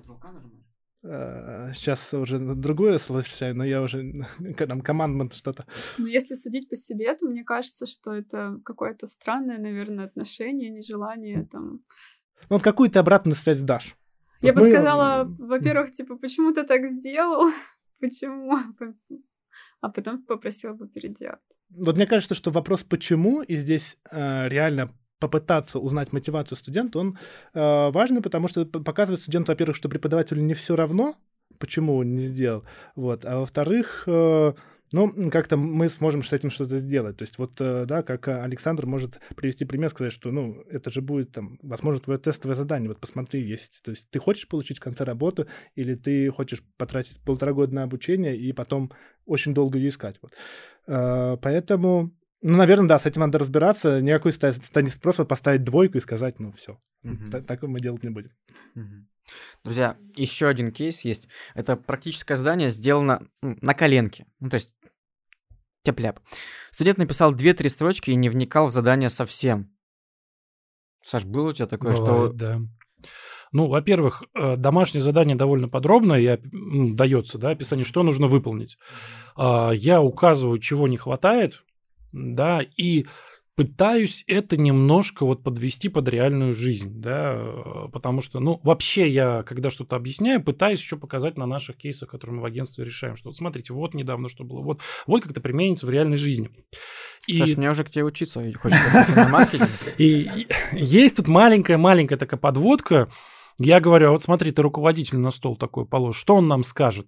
Сейчас уже другое слышаю, но я уже там командмент что-то. Если судить по себе, то мне кажется, что это какое-то странное, наверное, отношение, нежелание там. Какую ты обратную связь дашь? Я бы сказала, во-первых, почему ты так сделал? Почему? А потом попросила бы переделать. Мне кажется, что вопрос «почему?» и здесь реально попытаться узнать мотивацию студента, он важный, потому что показывает студенту, во-первых, что преподавателю не все равно, почему он не сделал, а во-вторых, как-то мы сможем с этим что-то сделать. То есть как Александр может привести пример, сказать, что, это же будет, возможно, твое тестовое задание. Посмотри, есть. То есть ты хочешь получить в конце работу или ты хочешь потратить 1,5 года на обучение и потом очень долго ее искать. Поэтому... наверное, да, с этим надо разбираться. Никакой станет просто поставить 2 и сказать: все. Так мы делать не будем. Друзья, еще один кейс есть. Это практическое задание сделано на коленке. То есть тяп-ляп. Студент написал 2-3 строчки и не вникал в задание совсем. Саш, было у тебя такое, бывает, что... Да. Во-первых, домашнее задание довольно подробное, дается, описание, что нужно выполнить. Я указываю, чего не хватает, да, и пытаюсь это немножко подвести под реальную жизнь, да, потому что, вообще я, когда что-то объясняю, пытаюсь еще показать на наших кейсах, которые мы в агентстве решаем, что смотрите, недавно что было, вот как это применится в реальной жизни. Саш, мне уже к тебе учиться хочется на маркетинге. И есть тут маленькая такая подводка. Я говорю: смотри, ты руководителю на стол такой положишь, что он нам скажет?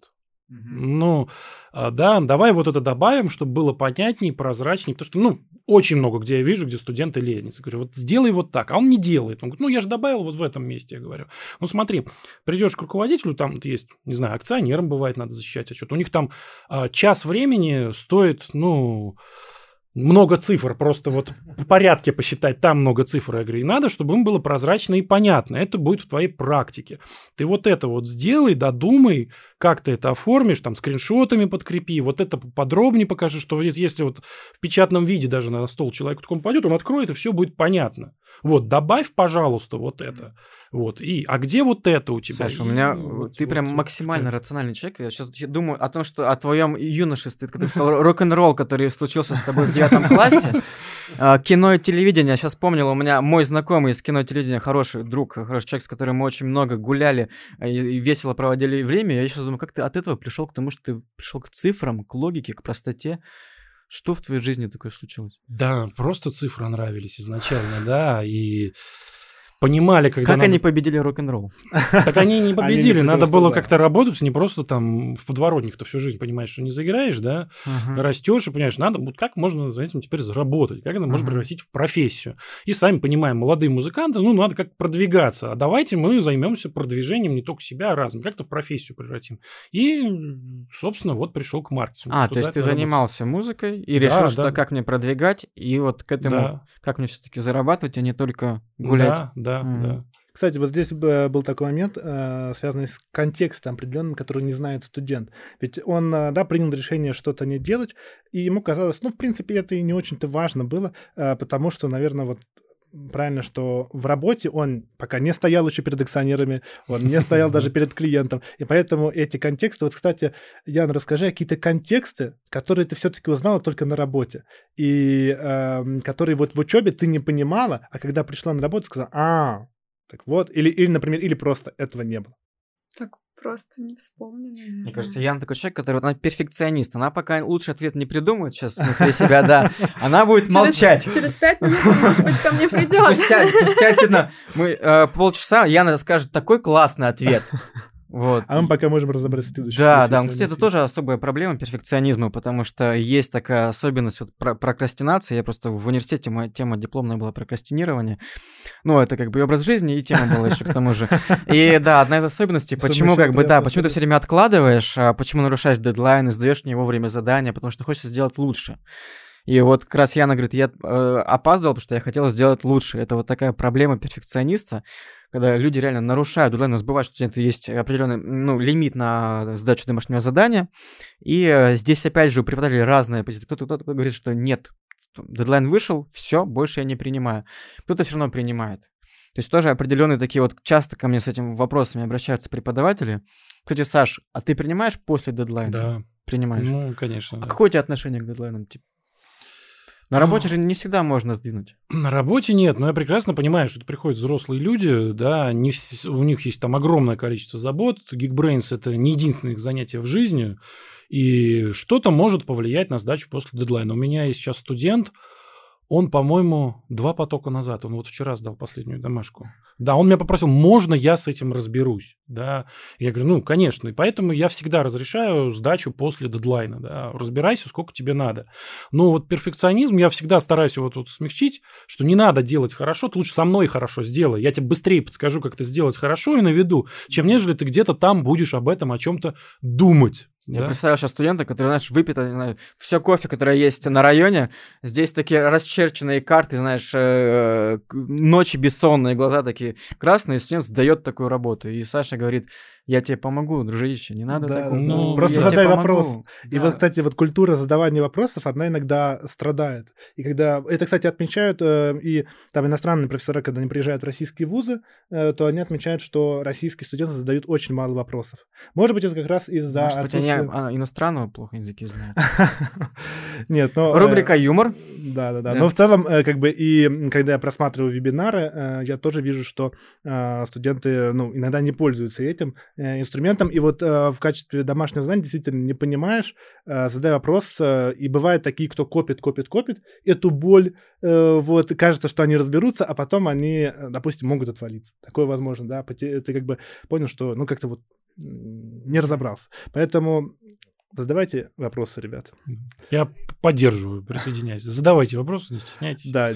Ну, да, давай вот это добавим, чтобы было понятнее, прозрачнее, потому что, ну, очень много где я вижу, где студенты ленятся. Говорю, вот сделай вот так, а он не делает. Он говорит, ну, я же добавил вот в этом месте, я говорю. Ну, смотри, придешь к руководителю, там вот есть, не знаю, акционерам бывает, надо защищать отчет. У них там час времени стоит, ну, много цифр, просто вот в порядке посчитать, там много цифр. Я говорю, и надо, чтобы им было прозрачно и понятно. Это будет в твоей практике. Ты вот это вот сделай, додумай, как ты это оформишь, там, скриншотами подкрепи, вот это подробнее покажи, что если вот в печатном виде даже на стол человеку такому пойдет, он откроет, и все будет понятно. Вот, добавь, пожалуйста, вот это. Вот. А где вот это у тебя? Саша, у меня ты прям максимально рациональный человек. Я сейчас думаю о том, что о твоем юношестве, когда ты сказал рок-н-ролл, который случился с тобой в 9 классе, кино и телевидение. Я сейчас вспомнил, у меня мой знакомый из кино и телевидения, хороший друг, хороший человек, с которым мы очень много гуляли и весело проводили время. Я сейчас думаю, как ты от этого пришел к тому, что ты пришел к цифрам, к логике, к простоте. Что в твоей жизни такое случилось? Да, просто цифры нравились изначально, да, и понимали, когда... Как они победили рок-н-ролл? Так они не победили, надо было как-то работать, не просто там в подворотник-то всю жизнь понимаешь, что не заиграешь, да, растешь и понимаешь, надо, как можно за этим теперь заработать, как это можно превратить в профессию. И сами понимаем, молодые музыканты, ну, надо как продвигаться, а давайте мы займемся продвижением не только себя, а разным, как-то в профессию превратим. И, собственно, вот пришел к маркетингу. То есть ты занимался музыкой и решил, что как мне продвигать, и вот к этому, как мне все-таки зарабатывать, а не только гулять. Да. Кстати, вот здесь был такой момент, связанный с контекстом определенным, который не знает студент. Ведь он, принял решение что-то не делать, и ему казалось, ну, в принципе, это и не очень-то важно было, потому что, наверное, вот правильно, что в работе он пока не стоял еще перед акционерами, он не стоял даже перед клиентом, и поэтому эти контексты... Вот, кстати, Ян, расскажи какие-то контексты, которые ты все-таки узнала только на работе, и которые вот в учебе ты не понимала, а когда пришла на работу, сказала, так вот, или, например, или просто этого не было. Так просто не вспомню, наверное. Мне кажется, Яна такой человек, который она перфекционист. Она пока лучший ответ не придумает сейчас внутри себя, да. Она будет молчать. Через 5 минут, может быть, ко мне придет. Спустя мы полчаса, Яна скажет такой классный ответ. Вот. А мы пока можем разобраться в следующем. Да, кстати, это тоже особая проблема перфекционизма, потому что есть такая особенность вот прокрастинации. Я просто в университете, моя тема дипломная была прокрастинирование. Ну, это как бы и образ жизни, и тема была еще к тому же. И да, одна из особенностей, почему почему ты все время откладываешь, почему нарушаешь дедлайны, сдаешь не вовремя задания, потому что хочется сделать лучше. И вот как раз Яна говорит, я опаздывал, потому что я хотела сделать лучше. Это вот такая проблема перфекциониста, когда люди реально нарушают дедлайн, забывают, что есть определенный лимит на сдачу домашнего задания. И здесь, опять же, у преподавателей разные позиции. Кто-то говорит, что нет, дедлайн вышел, все, больше я не принимаю. Кто-то все равно принимает. То есть тоже определенные такие вот, часто ко мне с этими вопросами обращаются преподаватели. Кстати, Саш, а ты принимаешь после дедлайна? Да. Принимаешь? Ну, конечно. А какое у тебя отношение к дедлайнам? На работе же не всегда можно сдвинуть. На работе нет, но я прекрасно понимаю, что это приходят взрослые люди, да, у них есть там огромное количество забот. Geekbrains – это не единственное их занятие в жизни, и что-то может повлиять на сдачу после дедлайна. У меня есть сейчас студент, он, по-моему, 2 потока назад, он вот вчера сдал последнюю домашку. Да, он меня попросил, можно я с этим разберусь? Да, я говорю, ну, конечно, и поэтому я всегда разрешаю сдачу после дедлайна, да, разбирайся, сколько тебе надо. Но вот перфекционизм я всегда стараюсь его тут смягчить, что не надо делать хорошо, ты лучше со мной хорошо сделай, я тебе быстрее подскажу, как это сделать хорошо и наведу, чем нежели ты где-то там будешь об этом, о чем-то думать. Я представляю сейчас студента, который, знаешь, выпит, не знаю, все кофе, которое есть на районе, здесь такие расчерченные карты, знаешь, ночи бессонные, глаза такие красные, и студент сдает такую работу. И Саша говорит, я тебе помогу, дружище, не надо такого. Просто задай вопрос. Да. И вот, кстати, вот культура задавания вопросов, она иногда страдает. И когда... Это, кстати, отмечают и там иностранные профессора, когда они приезжают в российские вузы, то они отмечают, что российские студенты задают очень мало вопросов. Может быть, это как раз из-за... Может быть, они иностранного плохо языки знают. Нет, но... Рубрика «Юмор». Да. Но в целом, как бы, и когда я просматриваю вебинары, я тоже вижу, что студенты, иногда не пользуются этим инструментом, и вот в качестве домашнего задания действительно не понимаешь, задай вопрос, и бывают такие, кто копит эту боль, вот, кажется, что они разберутся, а потом они, допустим, могут отвалиться. Такое возможно, да, ты как бы понял, что, как-то вот не разобрался. Поэтому задавайте вопросы, ребят. Я поддерживаю, присоединяюсь. Задавайте вопросы, не стесняйтесь. Да,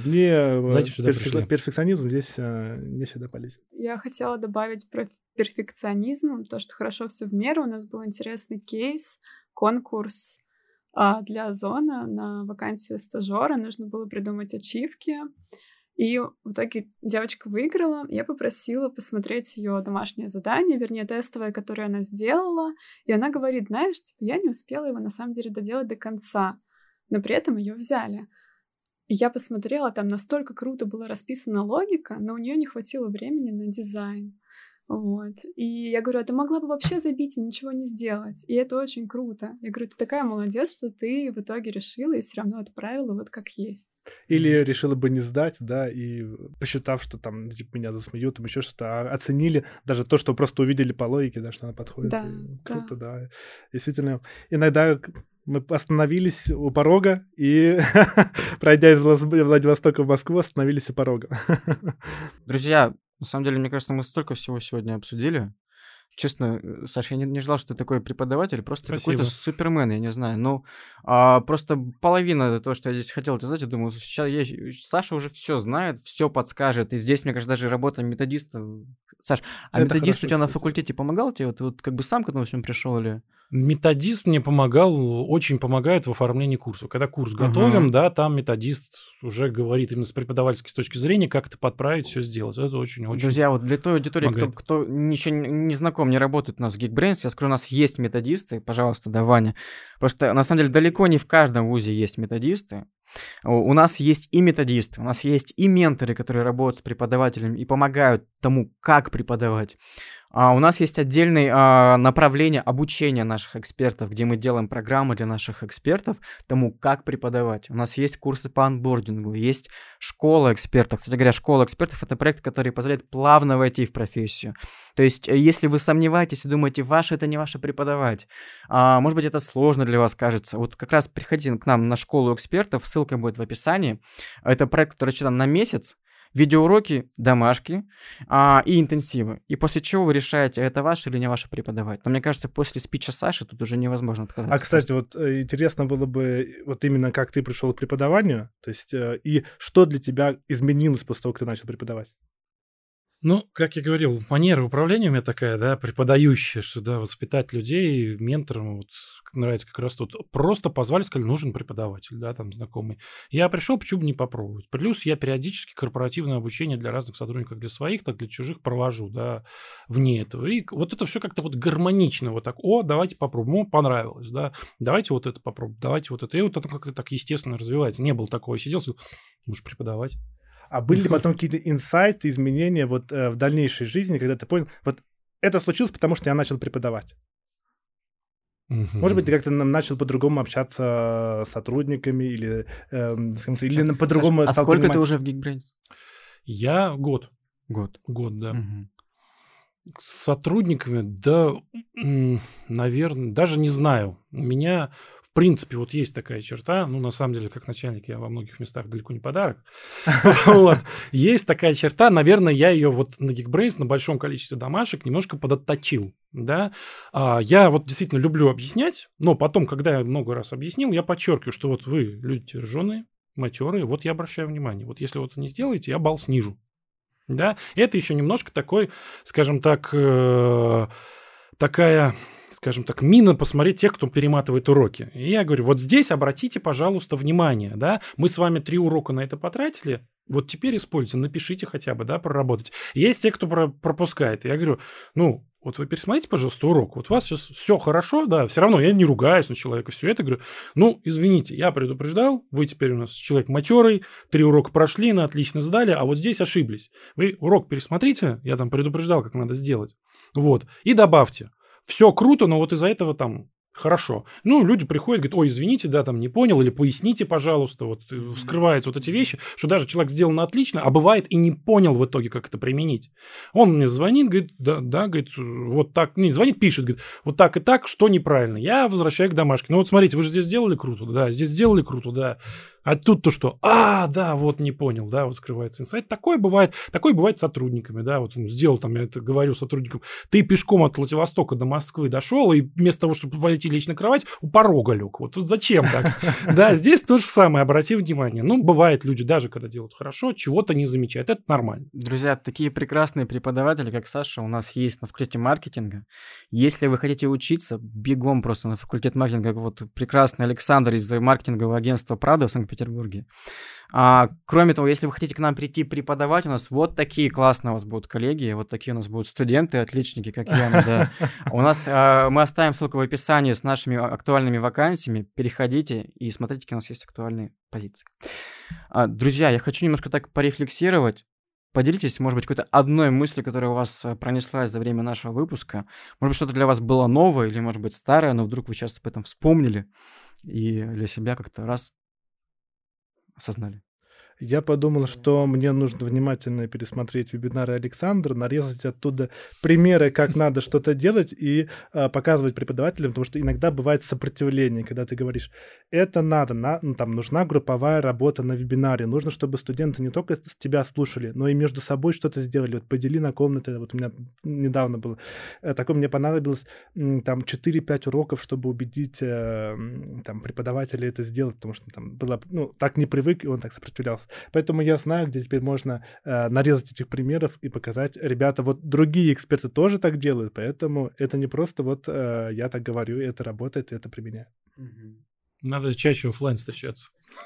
перфекционизм здесь не всегда полезен. Я хотела добавить про перфекционизм, то, что хорошо все в меру. У нас был интересный кейс, конкурс для Озона на вакансию стажера. Нужно было придумать ачивки. И в итоге девочка выиграла. Я попросила посмотреть ее домашнее задание, вернее, тестовое, которое она сделала. И она говорит, знаешь, я не успела его на самом деле доделать до конца, но при этом ее взяли. И я посмотрела, там настолько круто была расписана логика, но у нее не хватило времени на дизайн. Вот. И я говорю, а ты могла бы вообще забить и ничего не сделать. И это очень круто. Я говорю, ты такая молодец, что ты в итоге решила и все равно отправила вот как есть. Или решила бы не сдать, да, и посчитав, что там типа, меня засмеют, там еще что-то, оценили даже то, что просто увидели по логике, да, что она подходит. Да, круто, да. Действительно. Иногда мы остановились у порога и, пройдя из Владивостока в Москву, остановились у порога. Друзья, на самом деле, мне кажется, мы столько всего сегодня обсудили. Честно, Саша, я не ждал, что ты такой преподаватель, просто Спасибо. какой-то супермен, я не знаю. Ну, просто половина того, что я здесь хотел, ты знаете, думаю, сейчас Саша уже все знает, все подскажет. И здесь, мне кажется, даже работа методиста. Саш, а Это методист хорошо, у тебя на кстати. факультете помогал тебе? Ты вот как бы сам к этому всему пришел или... Методист мне помогал, очень помогает в оформлении курсов. Когда курс готовим, да, там методист уже говорит именно с преподавательской точки зрения, как это подправить, все сделать. Это очень-очень... Друзья, вот для той аудитории, помогает. кто еще не знаком, не работает у нас в Geekbrains, я скажу, у нас есть методисты, пожалуйста, да, Ваня. Потому что, на самом деле, далеко не в каждом вузе есть методисты. У нас есть и методисты, у нас есть и менторы, которые работают с преподавателем и помогают тому, как преподавать. У нас есть отдельное направление обучения наших экспертов, где мы делаем программы для наших экспертов тому, как преподавать. У нас есть курсы по анбордингу, есть школа экспертов. Кстати говоря, школа экспертов — это проект, который позволяет плавно войти в профессию. То есть, если вы сомневаетесь и думаете, ваше это не ваше преподавать, может быть, это сложно для вас кажется, вот как раз приходите к нам на школу экспертов, ссылка будет в описании. Это проект, который рассчитан на месяц. Видеоуроки, домашки и интенсивы. И после чего вы решаете, это ваше или не ваше преподавать. Но мне кажется, после спича Саши тут уже невозможно отказаться. А, кстати, вот интересно было бы, вот именно как ты пришел к преподаванию, то есть, и что для тебя изменилось после того, как ты начал преподавать? Ну, как я говорил, манера управления у меня такая, да, преподающая, что, да, воспитать людей, ментором, вот, нравится как раз тут. Просто позвали, сказали, нужен преподаватель, да, там, знакомый. Я пришел, почему бы не попробовать. Плюс я периодически корпоративное обучение для разных сотрудников, как для своих, так и для чужих провожу, да, вне этого. И вот это все как-то вот гармонично, вот так, давайте попробуем, понравилось, да, давайте вот это попробуем, давайте вот это. И вот это как-то так естественно развивается. Не было такого, сидел, можешь преподавать. А были ли потом какие-то инсайты, изменения вот в дальнейшей жизни, когда ты понял, вот это случилось, потому что я начал преподавать? Может быть, ты как-то начал по-другому общаться с сотрудниками или, или по-другому... А сколько ты уже в Geekbrains? Я год. Год, да. Угу. С сотрудниками, да, наверное, даже не знаю. У меня... В принципе, вот есть такая черта, ну, на самом деле, как начальник, я во многих местах далеко не подарок. Есть такая черта, наверное, я ее вот на Geekbrains, на большом количестве домашек немножко подотточил, да. Я вот действительно люблю объяснять, но потом, когда я много раз объяснил, я подчеркиваю, что вот вы люди роженые, матерые, вот я обращаю внимание, вот если вот не сделаете, я балл снижу, да. Это еще немножко такой, скажем так, такая... скажем так, мина посмотреть тех, кто перематывает уроки. И я говорю, вот здесь обратите, пожалуйста, внимание, да, мы с вами 3 урока на это потратили, вот теперь используйте, напишите хотя бы, да, проработать. Есть те, кто пропускает. Я говорю, ну, вот вы пересмотрите, пожалуйста, урок, вот у вас сейчас все хорошо, да, все равно я не ругаюсь на человека, все это, говорю, ну, извините, я предупреждал, вы теперь у нас человек матерый, 3 урока прошли, на отлично сдали, а вот здесь ошиблись. Вы урок пересмотрите, я там предупреждал, как надо сделать, вот, и добавьте. Все круто, но вот из-за этого там хорошо. Ну, люди приходят, говорят, ой, извините, да, там не понял, или поясните, пожалуйста, вот вскрываются вот эти вещи, что даже человек сделал на отлично, а бывает и не понял в итоге, как это применить. Он мне звонит, говорит, да, говорит, вот так, не, звонит, пишет, говорит, вот так и так, что неправильно. Я возвращаю к домашке. Ну, вот смотрите, вы же здесь сделали круто, да, здесь сделали круто, да. А тут то, что, да, вот не понял, да, вот скрывается инсайт. Такое бывает с сотрудниками, да, вот он сделал там, я это говорю сотрудникам, ты пешком от Владивостока до Москвы дошел, и вместо того, чтобы войти лечь на кровать, у порога лег. Вот тут зачем так? Да, здесь то же самое, обрати внимание. Ну, бывает, люди даже когда делают хорошо, чего-то не замечают, это нормально. Друзья, такие прекрасные преподаватели, как Саша, у нас есть на факультете маркетинга. Если вы хотите учиться, бегом просто на факультет маркетинга. Вот прекрасный Александр из маркетингового агентства «Прада» в Санкт-Петербурге. Кроме того, если вы хотите к нам прийти преподавать, у нас вот такие классные у вас будут коллеги, вот такие у нас будут студенты, отличники, как Яна, да. У нас мы оставим ссылку в описании с нашими актуальными вакансиями. Переходите и смотрите, какие у нас есть актуальные позиции. Друзья, я хочу немножко так порефлексировать. Поделитесь, может быть, какой-то одной мыслью, которая у вас пронеслась за время нашего выпуска. Может быть, что-то для вас было новое или, может быть, старое, но вдруг вы сейчас об этом вспомнили и для себя как-то раз осознали. Я подумал, что мне нужно внимательно пересмотреть вебинары Александра, нарезать оттуда примеры, как надо что-то делать и показывать преподавателям, потому что иногда бывает сопротивление, когда ты говоришь, это надо, там нужна групповая работа на вебинаре, нужно, чтобы студенты не только тебя слушали, но и между собой что-то сделали. Вот подели на комнаты, вот у меня недавно было такое, мне понадобилось там 4-5 уроков, чтобы убедить там преподавателя это сделать, потому что там было, так не привык, и он так сопротивлялся. Поэтому я знаю, где теперь можно нарезать этих примеров и показать, ребята, вот другие эксперты тоже так делают, поэтому это не просто вот я так говорю, это работает, это применяю. Надо чаще офлайн встречаться.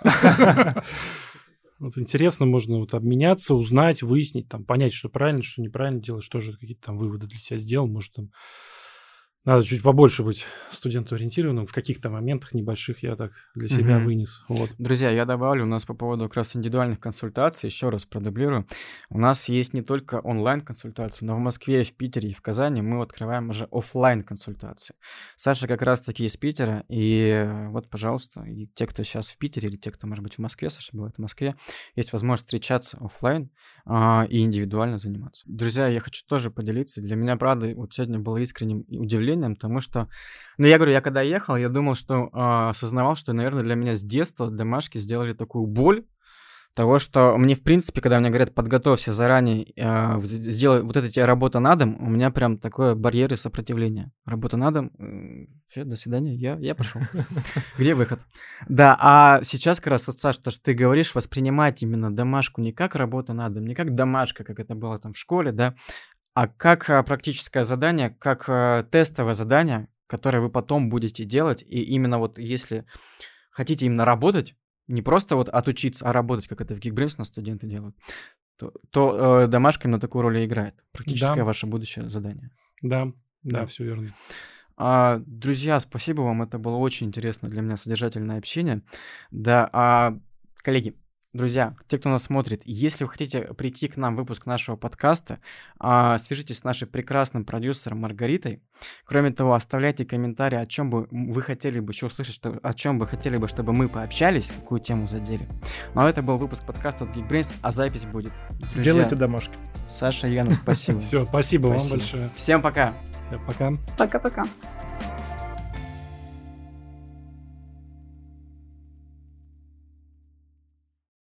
Вот интересно, можно вот обменяться, узнать, выяснить, там, понять, что правильно, что неправильно делать, что же какие-то там выводы для себя сделал, может, там надо чуть побольше быть студентоориентированным. В каких-то моментах небольших я так для себя вынес. Вот. Друзья, я добавлю, у нас по поводу как раз индивидуальных консультаций, еще раз продублирую. У нас есть не только онлайн-консультации, но в Москве, в Питере и в Казани мы открываем уже офлайн-консультации. Саша как раз-таки из Питера, и вот, пожалуйста, и те, кто сейчас в Питере, или те, кто, может быть, в Москве, Саша бывает в Москве, есть возможность встречаться офлайн и индивидуально заниматься. Друзья, я хочу тоже поделиться. Для меня, правда, вот сегодня было искренним удивлением, потому что, я говорю, я когда ехал, я думал, что осознавал, что, наверное, для меня с детства домашки сделали такую боль того, что мне, в принципе, когда мне говорят, подготовься заранее, сделай вот это тебе работа на дом, у меня прям такое барьер и сопротивление. Работа на дом, все, до свидания, я пошел. Где выход? Да, а сейчас как раз, вот, Саш, то, что ты говоришь, воспринимать именно домашку не как работа на дом, не как домашка, как это было там в школе, да, а как практическое задание, как тестовое задание, которое вы потом будете делать. И именно вот если хотите именно работать, не просто вот отучиться, а работать, как это в Geekbrains у нас студенты делают, то домашка именно такую роль и играет. Практическое ваше будущее задание. Да, все верно. Друзья, спасибо вам. Это было очень интересно для меня содержательное общение. Да, коллеги, друзья, те, кто нас смотрит, если вы хотите прийти к нам в выпуск нашего подкаста, свяжитесь с нашей прекрасным продюсером Маргаритой. Кроме того, оставляйте комментарии, о чем бы вы хотели бы еще услышать, о чем бы хотели бы, чтобы мы пообщались, какую тему задели. Ну а это был выпуск подкаста от Geekbrains, а запись будет. Друзья, делайте домашки. Саша, Яна, спасибо. Все, спасибо вам большое. Всем пока. Всем пока. Пока-пока.